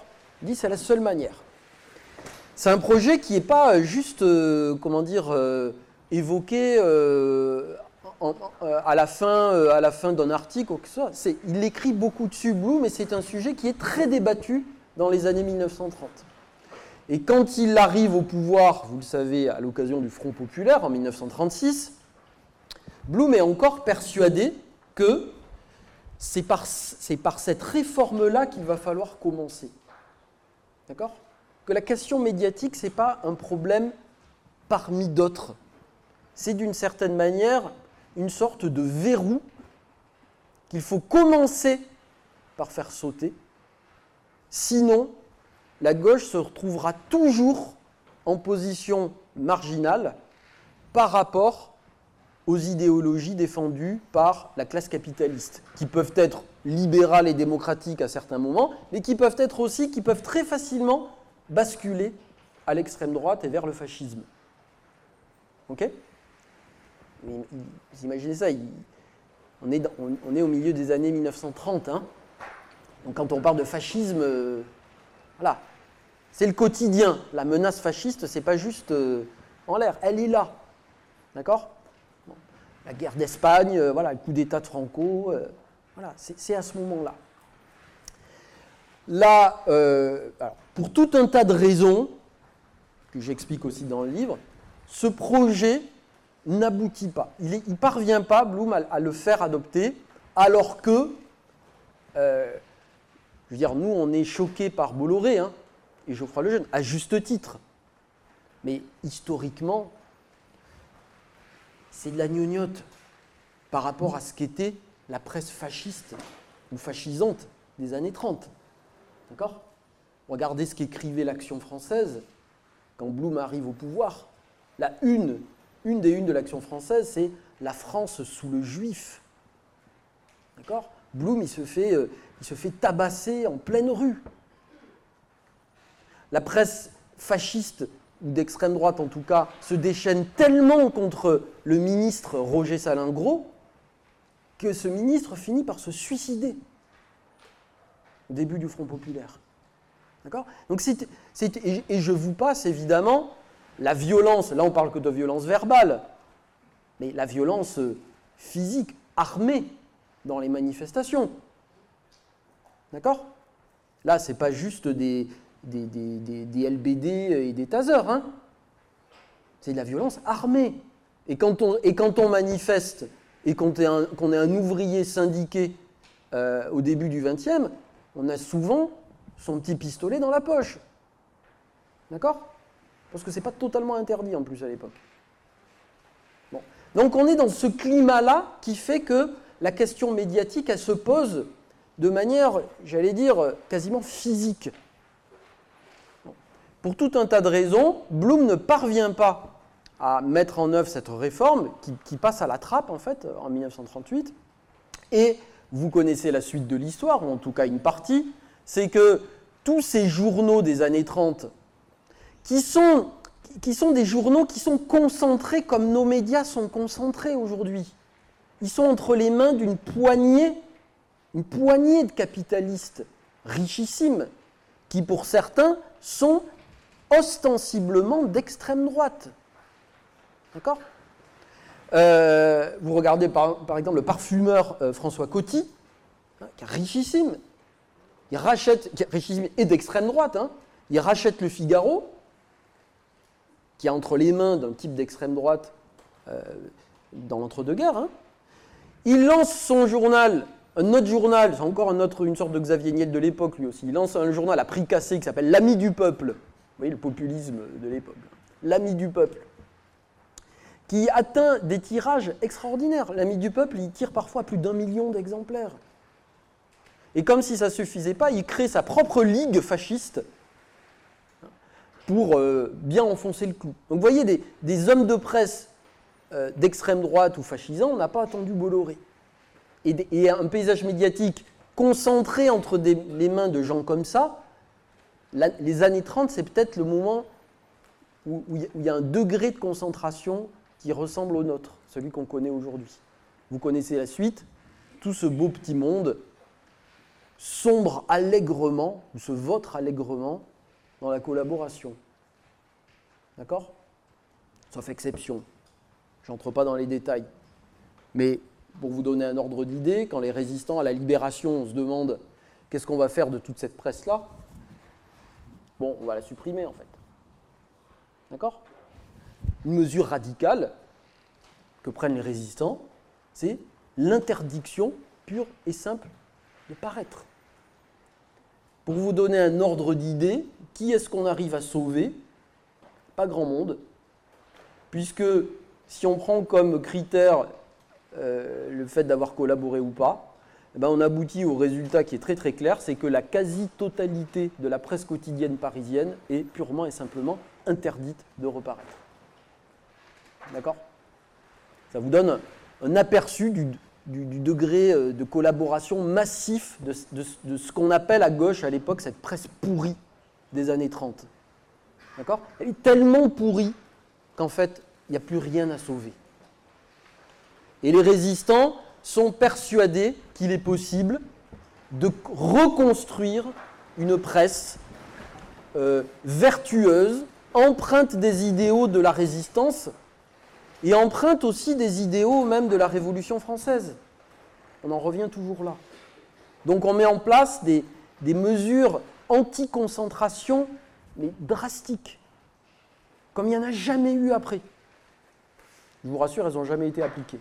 Speaker 2: Il dit que c'est la seule manière. C'est un projet qui n'est pas juste, euh, comment dire, euh, évoqué euh, en, en, à la fin, euh, à la fin d'un article ou que ce soit. C'est, il écrit beaucoup dessus, Bloom, mais c'est un sujet qui est très débattu dans les années mille neuf cent trente. Et quand il arrive au pouvoir, vous le savez, à l'occasion du Front populaire en mille neuf cent trente-six, Bloom est encore persuadé que c'est par, c'est par cette réforme-là qu'il va falloir commencer. D'accord ? Que la question médiatique, ce n'est pas un problème parmi d'autres. C'est d'une certaine manière une sorte de verrou qu'il faut commencer par faire sauter. Sinon, la gauche se retrouvera toujours en position marginale par rapport aux idéologies défendues par la classe capitaliste, qui peuvent être libérales et démocratiques à certains moments, mais qui peuvent être aussi, qui peuvent très facilement basculer à l'extrême droite et vers le fascisme. Ok ? Vous imaginez ça, il, on, est dans, on, on est au milieu des années mille neuf cent trente, hein. Donc quand on parle de fascisme, euh, voilà, c'est le quotidien. La menace fasciste, c'est pas juste euh, en l'air, elle est là. D'accord ? Bon. La guerre d'Espagne, euh, voilà, le coup d'État de Franco, euh, voilà, c'est, c'est à ce moment-là. Là, euh, alors, pour tout un tas de raisons, que j'explique aussi dans le livre, ce projet n'aboutit pas. Il ne parvient pas, Bloom, à, à le faire adopter, alors que, euh, je veux dire, nous, on est choqués par Bolloré, hein, et Geoffroy Lejeune, à juste titre. Mais historiquement, c'est de la gnognotte par rapport à ce qu'était la presse fasciste ou fascisante des années trente. D'accord ? Regardez ce qu'écrivait l'Action française quand Bloom arrive au pouvoir. La une, une des unes de l'Action française, c'est « La France sous le juif ». D'accord ? Bloom, il se fait, euh, il se fait tabasser en pleine rue. La presse fasciste, ou d'extrême droite en tout cas, se déchaîne tellement contre le ministre Roger Salingro que ce ministre finit par se suicider au début du Front populaire. D'accord ? Donc c'est, c'est, et, et je vous passe évidemment la violence, là on parle que de violence verbale, mais la violence physique, armée dans les manifestations. D'accord ? Là, ce n'est pas juste des, des, des, des, des L B D et des tasers, hein ? C'est de la violence armée. Et quand on, et quand on manifeste et qu'on est un, qu'on est un ouvrier syndiqué euh, au début du vingtième, on a souvent son petit pistolet dans la poche. D'accord ? Parce que ce n'est pas totalement interdit en plus à l'époque. Bon. Donc on est dans ce climat-là qui fait que la question médiatique, elle se pose de manière, j'allais dire, quasiment physique. Bon. Pour tout un tas de raisons, Blum ne parvient pas à mettre en œuvre cette réforme qui, qui passe à la trappe, en fait, en mille neuf cent trente-huit. Et vous connaissez la suite de l'histoire, ou en tout cas une partie, c'est que tous ces journaux des années trente, qui sont, qui sont des journaux qui sont concentrés comme nos médias sont concentrés aujourd'hui, ils sont entre les mains d'une poignée, une poignée de capitalistes richissimes, qui pour certains sont ostensiblement d'extrême droite. D'accord ? euh, Vous regardez par, par exemple le parfumeur euh, François Coty, hein, qui est richissime, il rachète, qui est richissime et d'extrême droite, hein, il rachète le Figaro, qui est entre les mains d'un type d'extrême droite euh, dans l'entre-deux-guerres. Hein. Il lance son journal, un autre journal, c'est encore un autre, une sorte de Xavier Niel de l'époque lui aussi, il lance un journal à prix cassé qui s'appelle L'Ami du Peuple. Vous voyez le populisme de l'époque. L'Ami du Peuple. Qui atteint des tirages extraordinaires. L'Ami du Peuple, il tire parfois plus d'un million d'exemplaires. Et comme si ça ne suffisait pas, il crée sa propre ligue fasciste pour euh, bien enfoncer le clou. Donc vous voyez, des, des hommes de presse euh, d'extrême droite ou fascisants, on n'a pas attendu Bolloré. Et, des, et un paysage médiatique concentré entre des, les mains de gens comme ça, la, les années trente, c'est peut-être le moment où, où il y a un degré de concentration qui ressemble au nôtre, celui qu'on connaît aujourd'hui. Vous connaissez la suite, tout ce beau petit monde sombre allègrement, ou se vautre allègrement dans la collaboration. D'accord ? Sauf exception. Je n'entre pas dans les détails. Mais pour vous donner un ordre d'idée, quand les résistants à la libération, on se demande qu'est-ce qu'on va faire de toute cette presse-là, bon, on va la supprimer en fait. D'accord ? Une mesure radicale que prennent les résistants, c'est l'interdiction pure et simple de paraître. Pour vous donner un ordre d'idée, qui est-ce qu'on arrive à sauver ? Pas grand monde, puisque si on prend comme critère euh, le fait d'avoir collaboré ou pas, eh ben on aboutit au résultat qui est très très clair, c'est que la quasi-totalité de la presse quotidienne parisienne est purement et simplement interdite de reparaître. D'accord ? Ça vous donne un aperçu du, du, du degré de collaboration massif de, de, de ce qu'on appelle à gauche à l'époque cette presse pourrie des années trente. D'accord ? Elle est tellement pourrie qu'en fait, il n'y a plus rien à sauver. Et les résistants sont persuadés qu'il est possible de reconstruire une presse euh, vertueuse, empreinte des idéaux de la résistance et empreinte aussi des idéaux même de la Révolution française. On en revient toujours là. Donc on met en place des, des mesures anti-concentration, mais drastiques, comme il n'y en a jamais eu après. Je vous rassure, elles n'ont jamais été appliquées.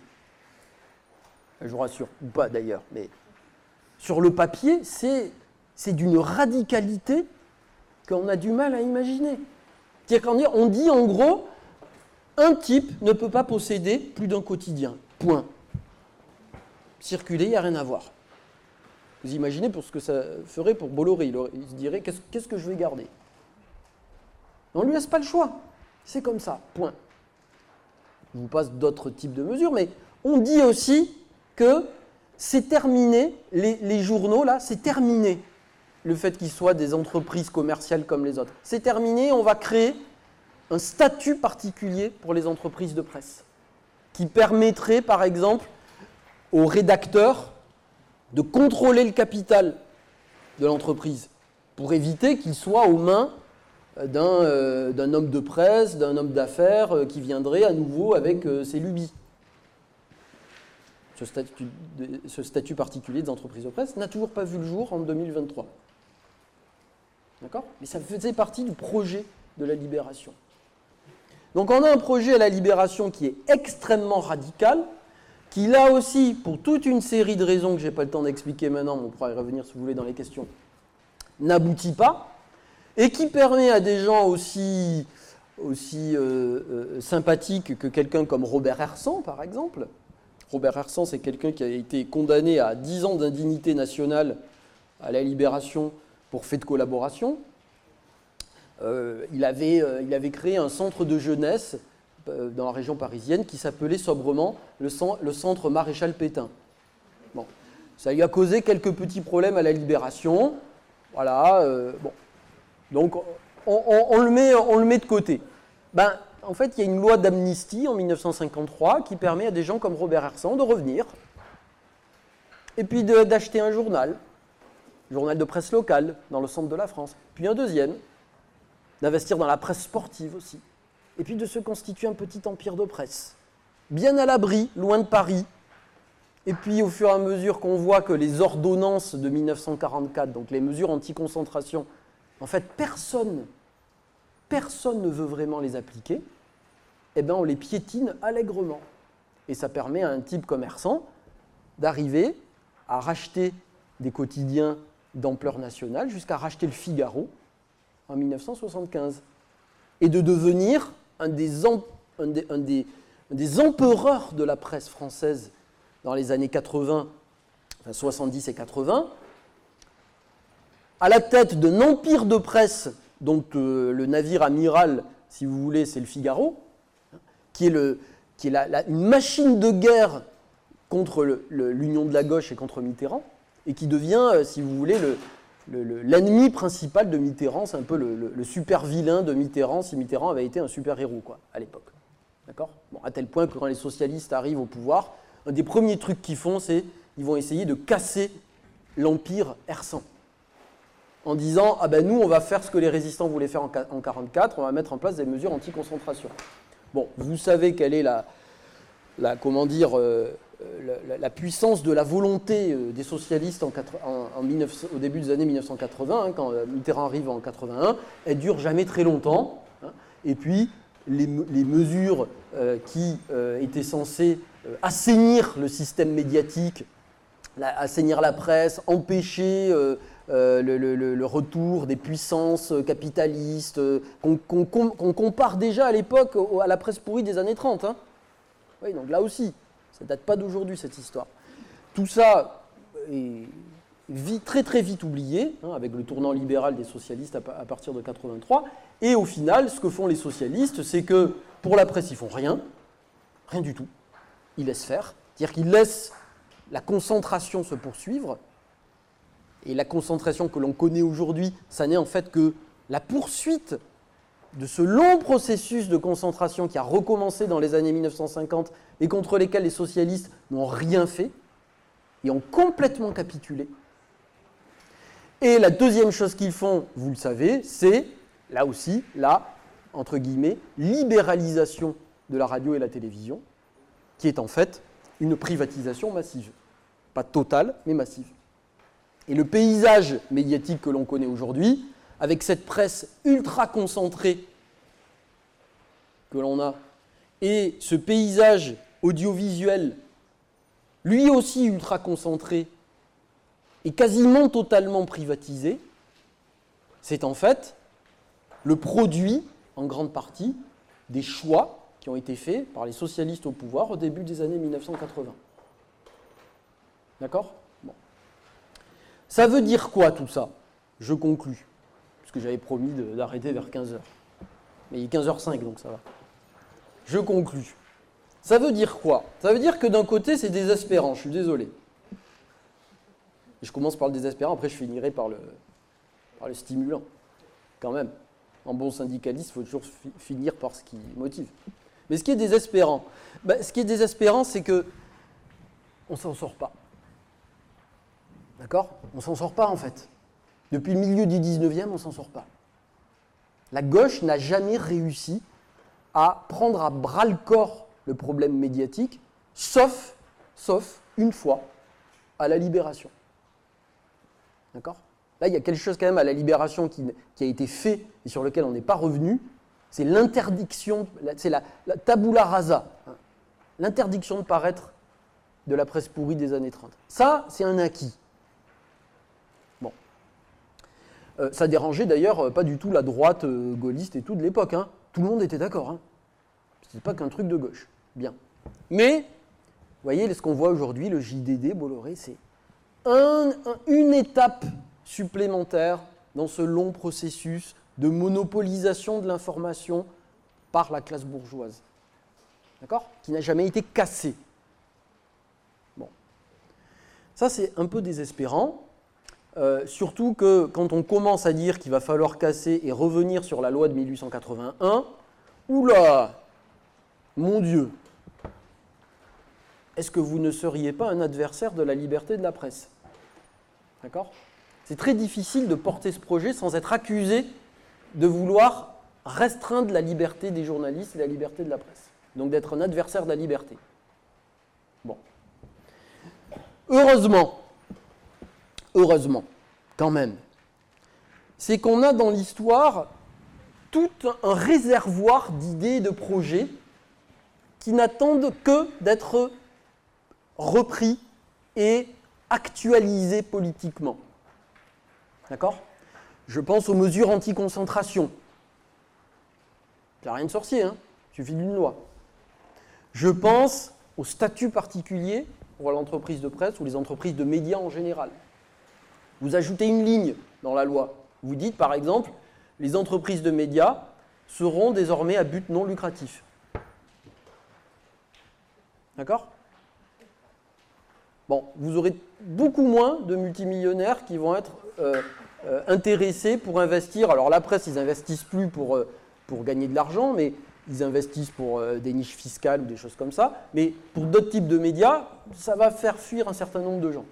Speaker 2: Je vous rassure, ou pas d'ailleurs, mais sur le papier, c'est, c'est d'une radicalité qu'on a du mal à imaginer. C'est-à-dire qu'on dit en gros, un type ne peut pas posséder plus d'un quotidien. Point. Circuler, il n'y a rien à voir. Vous imaginez pour ce que ça ferait pour Bolloré. Il, aurait, il se dirait, qu'est-ce, qu'est-ce que je vais garder ? On ne lui laisse pas le choix. C'est comme ça. Point. Je vous passe d'autres types de mesures, mais on dit aussi que c'est terminé, les, les journaux, là, c'est terminé, le fait qu'ils soient des entreprises commerciales comme les autres. C'est terminé, on va créer un statut particulier pour les entreprises de presse, qui permettrait, par exemple, aux rédacteurs de contrôler le capital de l'entreprise pour éviter qu'il soit aux mains d'un euh, d'un homme de presse, d'un homme d'affaires euh, qui viendrait à nouveau avec euh, ses lubies. Ce statut, de, ce statut particulier des entreprises de presse n'a toujours pas vu le jour en deux mille vingt-trois. D'accord ? Mais ça faisait partie du projet de la Libération. Donc on a un projet à la Libération qui est extrêmement radical, qui là aussi, pour toute une série de raisons que je n'ai pas le temps d'expliquer maintenant, mais on pourra y revenir si vous voulez dans les questions, n'aboutit pas, et qui permet à des gens aussi, aussi euh, euh, sympathiques que quelqu'un comme Robert Hersant, par exemple. Robert Hersant, c'est quelqu'un qui a été condamné à dix ans d'indignité nationale à la Libération pour fait de collaboration. Euh, il, avait, euh, il avait créé un centre de jeunesse euh, dans la région parisienne qui s'appelait sobrement le, le centre Maréchal Pétain. Bon. Ça lui a causé quelques petits problèmes à la Libération. Voilà. Euh, bon. Donc, on, on, on, le met, on le met de côté. Ben, en fait, il y a une loi d'amnistie en mille neuf cent cinquante-trois qui permet à des gens comme Robert Hersant de revenir et puis de, d'acheter un journal, journal de presse locale dans le centre de la France, puis un deuxième, d'investir dans la presse sportive aussi, et puis de se constituer un petit empire de presse, bien à l'abri, loin de Paris. Et puis au fur et à mesure qu'on voit que les ordonnances de mille neuf cent quarante-quatre, donc les mesures anti-concentration, en fait personne, personne ne veut vraiment les appliquer, eh bien on les piétine allègrement. Et ça permet à un type comme Hersant d'arriver à racheter des quotidiens d'ampleur nationale, jusqu'à racheter le Figaro en mille neuf cent soixante-quinze, et de devenir un des, em, un des, un des, un des empereurs de la presse française dans les années quatre-vingts, enfin soixante-dix et quatre-vingts, à la tête d'un empire de presse dont euh, le navire amiral, si vous voulez, c'est le Figaro, qui est, le, qui est la, la, une machine de guerre contre le, le, l'Union de la gauche et contre Mitterrand, et qui devient, euh, si vous voulez, le, le, le, l'ennemi principal de Mitterrand. C'est un peu le, le, le super vilain de Mitterrand, si Mitterrand avait été un super héros, quoi, à l'époque. D'accord ? Bon, à tel point que quand les socialistes arrivent au pouvoir, un des premiers trucs qu'ils font, c'est qu'ils vont essayer de casser l'empire Hersant, en disant « Ah ben nous, on va faire ce que les résistants voulaient faire en mille neuf cent quarante-quatre, on va mettre en place des mesures anti-concentration. » Bon, vous savez quelle est la, la comment dire, euh, la, la puissance de la volonté des socialistes en, en, en mille neuf cents, au début des années mille neuf cent quatre-vingts, hein, quand Mitterrand arrive en quatre-vingt-un, elle dure jamais très longtemps, hein, et puis les, les mesures euh, qui euh, étaient censées euh, assainir le système médiatique, la, assainir la presse, empêcher euh, euh, le, le, le retour des puissances capitalistes, euh, qu'on, qu'on, qu'on compare déjà à l'époque à la presse pourrie des années trente. Hein. Oui, donc là aussi, ça ne date pas d'aujourd'hui cette histoire. Tout ça est vite, très très vite oublié, hein, avec le tournant libéral des socialistes à, à partir de quatre-vingt-trois, et au final, ce que font les socialistes, c'est que pour la presse, ils font rien, rien du tout. Ils laissent faire, c'est-à-dire qu'ils laissent la concentration se poursuivre, et la concentration que l'on connaît aujourd'hui, ça n'est en fait que la poursuite de ce long processus de concentration qui a recommencé dans les années mille neuf cent cinquante et contre lesquels les socialistes n'ont rien fait et ont complètement capitulé. Et la deuxième chose qu'ils font, vous le savez, c'est, là aussi, la, entre guillemets, libéralisation de la radio et la télévision, qui est en fait une privatisation massive. Pas totale, mais massive. Et le paysage médiatique que l'on connaît aujourd'hui, avec cette presse ultra concentrée que l'on a, et ce paysage audiovisuel, lui aussi ultra concentré, et quasiment totalement privatisé, c'est en fait le produit, en grande partie, des choix qui ont été faits par les socialistes au pouvoir au début des années mille neuf cent quatre-vingts. D'accord ? Bon. Ça veut dire quoi tout ça ? Je conclus, parce que j'avais promis de, d'arrêter vers quinze heures. Mais il est quinze heures cinq, donc ça va. Je conclus. Ça veut dire quoi ? Ça veut dire que d'un côté, c'est désespérant, je suis désolé. Je commence par le désespérant, après je finirai par le, par le stimulant. Quand même, en bon syndicaliste, il faut toujours fi- finir par ce qui motive. Mais ce qui est désespérant, ben, ce qui est désespérant, c'est que on ne s'en sort pas. D'accord? On ne s'en sort pas en fait. Depuis le milieu du dix-neuvième, on ne s'en sort pas. La gauche n'a jamais réussi à prendre à bras-le-corps le problème médiatique, sauf, sauf une fois, à la Libération. D'accord? Là, il y a quelque chose quand même à la Libération qui, qui a été fait et sur lequel on n'est pas revenu, c'est l'interdiction, c'est la, la tabula rasa, hein, l'interdiction de paraître de la presse pourrie des années trente. Ça, c'est un acquis. Bon. Euh, ça dérangeait d'ailleurs pas du tout la droite euh, gaulliste et tout de l'époque. Hein. Tout le monde était d'accord. Hein. C'était pas qu'un truc de gauche. Bien. Mais, vous voyez, ce qu'on voit aujourd'hui, le J D D, Bolloré, c'est un, un, une étape supplémentaire dans ce long processus de monopolisation de l'information par la classe bourgeoise. D'accord ? Qui n'a jamais été cassée. Bon. Ça, c'est un peu désespérant. Euh, surtout que quand on commence à dire qu'il va falloir casser et revenir sur la loi de mille huit cent quatre-vingt-un, oula, mon Dieu, est-ce que vous ne seriez pas un adversaire de la liberté de la presse? D'accord? C'est très difficile de porter ce projet sans être accusé de vouloir restreindre la liberté des journalistes et la liberté de la presse. Donc d'être un adversaire de la liberté. Bon. Heureusement, heureusement, quand même, c'est qu'on a dans l'histoire tout un réservoir d'idées et de projets qui n'attendent que d'être repris et actualisés politiquement. D'accord ? Je pense aux mesures anti-concentration. Il n'y a rien de sorcier, hein ? Il suffit d'une loi. Je pense au statut particulier pour l'entreprise de presse ou les entreprises de médias en général. Vous ajoutez une ligne dans la loi. Vous dites, par exemple, les entreprises de médias seront désormais à but non lucratif. D'accord ? Bon, vous aurez beaucoup moins de multimillionnaires qui vont être euh, euh, intéressés pour investir. Alors la presse, ils n'investissent plus pour, euh, pour gagner de l'argent, mais ils investissent pour euh, des niches fiscales ou des choses comme ça. Mais pour d'autres types de médias, ça va faire fuir un certain nombre de gens.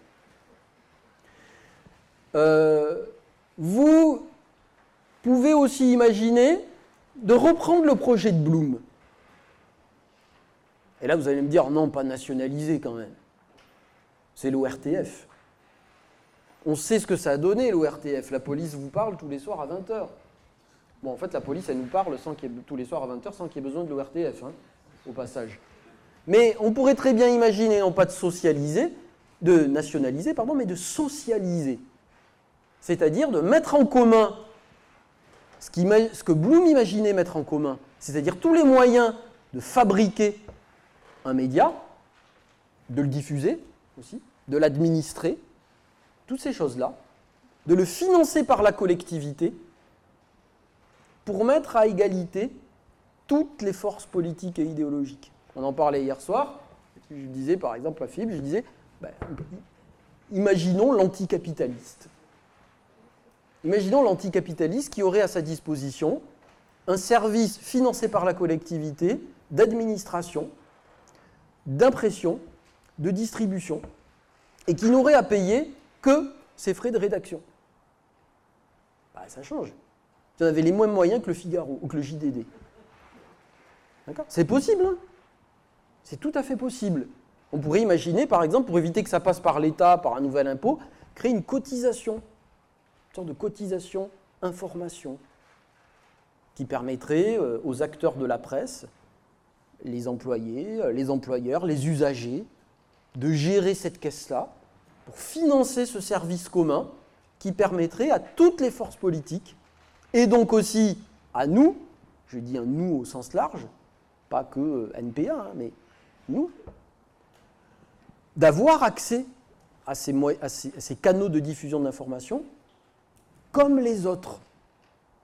Speaker 2: Euh, vous pouvez aussi imaginer de reprendre le projet de Bloom. Et là, vous allez me dire, non, pas nationaliser quand même. C'est l'O R T F. On sait ce que ça a donné, l'O R T F. La police vous parle tous les soirs à vingt heures. Bon, en fait, la police, elle nous parle sans qu'il y ait, tous les soirs à vingt heures sans qu'il y ait besoin de l'O R T F, hein, au passage. Mais on pourrait très bien imaginer, non pas de socialiser, de nationaliser, pardon, mais de socialiser. C'est-à-dire de mettre en commun ce, qui, ce que Bloom imaginait mettre en commun, c'est-à-dire tous les moyens de fabriquer un média, de le diffuser aussi, de l'administrer, toutes ces choses-là, de le financer par la collectivité pour mettre à égalité toutes les forces politiques et idéologiques. On en parlait hier soir, je disais par exemple à Philippe, je disais, ben, imaginons l'anticapitaliste. Imaginons l'anticapitaliste qui aurait à sa disposition un service financé par la collectivité d'administration, d'impression, de distribution, et qui n'aurait à payer que ses frais de rédaction. Bah, ça change. Vous avez les mêmes moyens que le Figaro ou que le J D D. D'accord ? C'est possible, hein ? C'est tout à fait possible. On pourrait imaginer, par exemple, pour éviter que ça passe par l'État, par un nouvel impôt, créer une cotisation, une sorte de cotisation information, qui permettrait euh, aux acteurs de la presse, les employés, euh, les employeurs, les usagers, de gérer cette caisse-là pour financer ce service commun qui permettrait à toutes les forces politiques, et donc aussi à nous, je dis un nous au sens large, pas que euh, N P A, hein, mais nous, d'avoir accès à ces, à, ces, à ces canaux de diffusion d'informations comme les autres. D'accord ?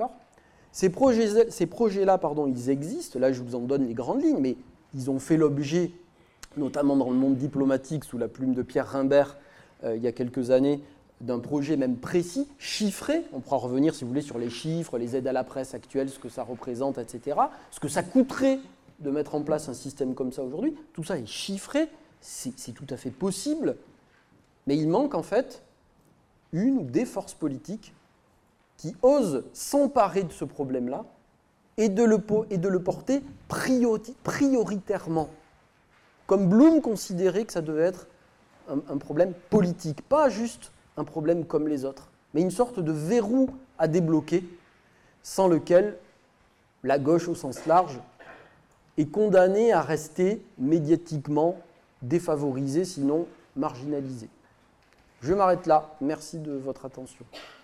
Speaker 2: Ces projets, ces projets-là, pardon, ils existent. Là, je vous en donne les grandes lignes, mais ils ont fait l'objet, notamment dans le monde diplomatique, sous la plume de Pierre Rimbert, euh, il y a quelques années, d'un projet même précis, chiffré. On pourra revenir, si vous voulez, sur les chiffres, les aides à la presse actuelles, ce que ça représente, et cetera. Ce que ça coûterait de mettre en place un système comme ça aujourd'hui. Tout ça est chiffré c'est, c'est tout à fait possible, mais il manque en fait une ou des forces politiques qui osent s'emparer de ce problème-là et de le, et de le porter priori, prioritairement. Comme Bloom considérait que ça devait être un, un problème politique, pas juste un problème comme les autres, mais une sorte de verrou à débloquer sans lequel la gauche au sens large est condamnée à rester médiatiquement défavorisée, sinon marginalisée. Je m'arrête là. Merci de votre attention.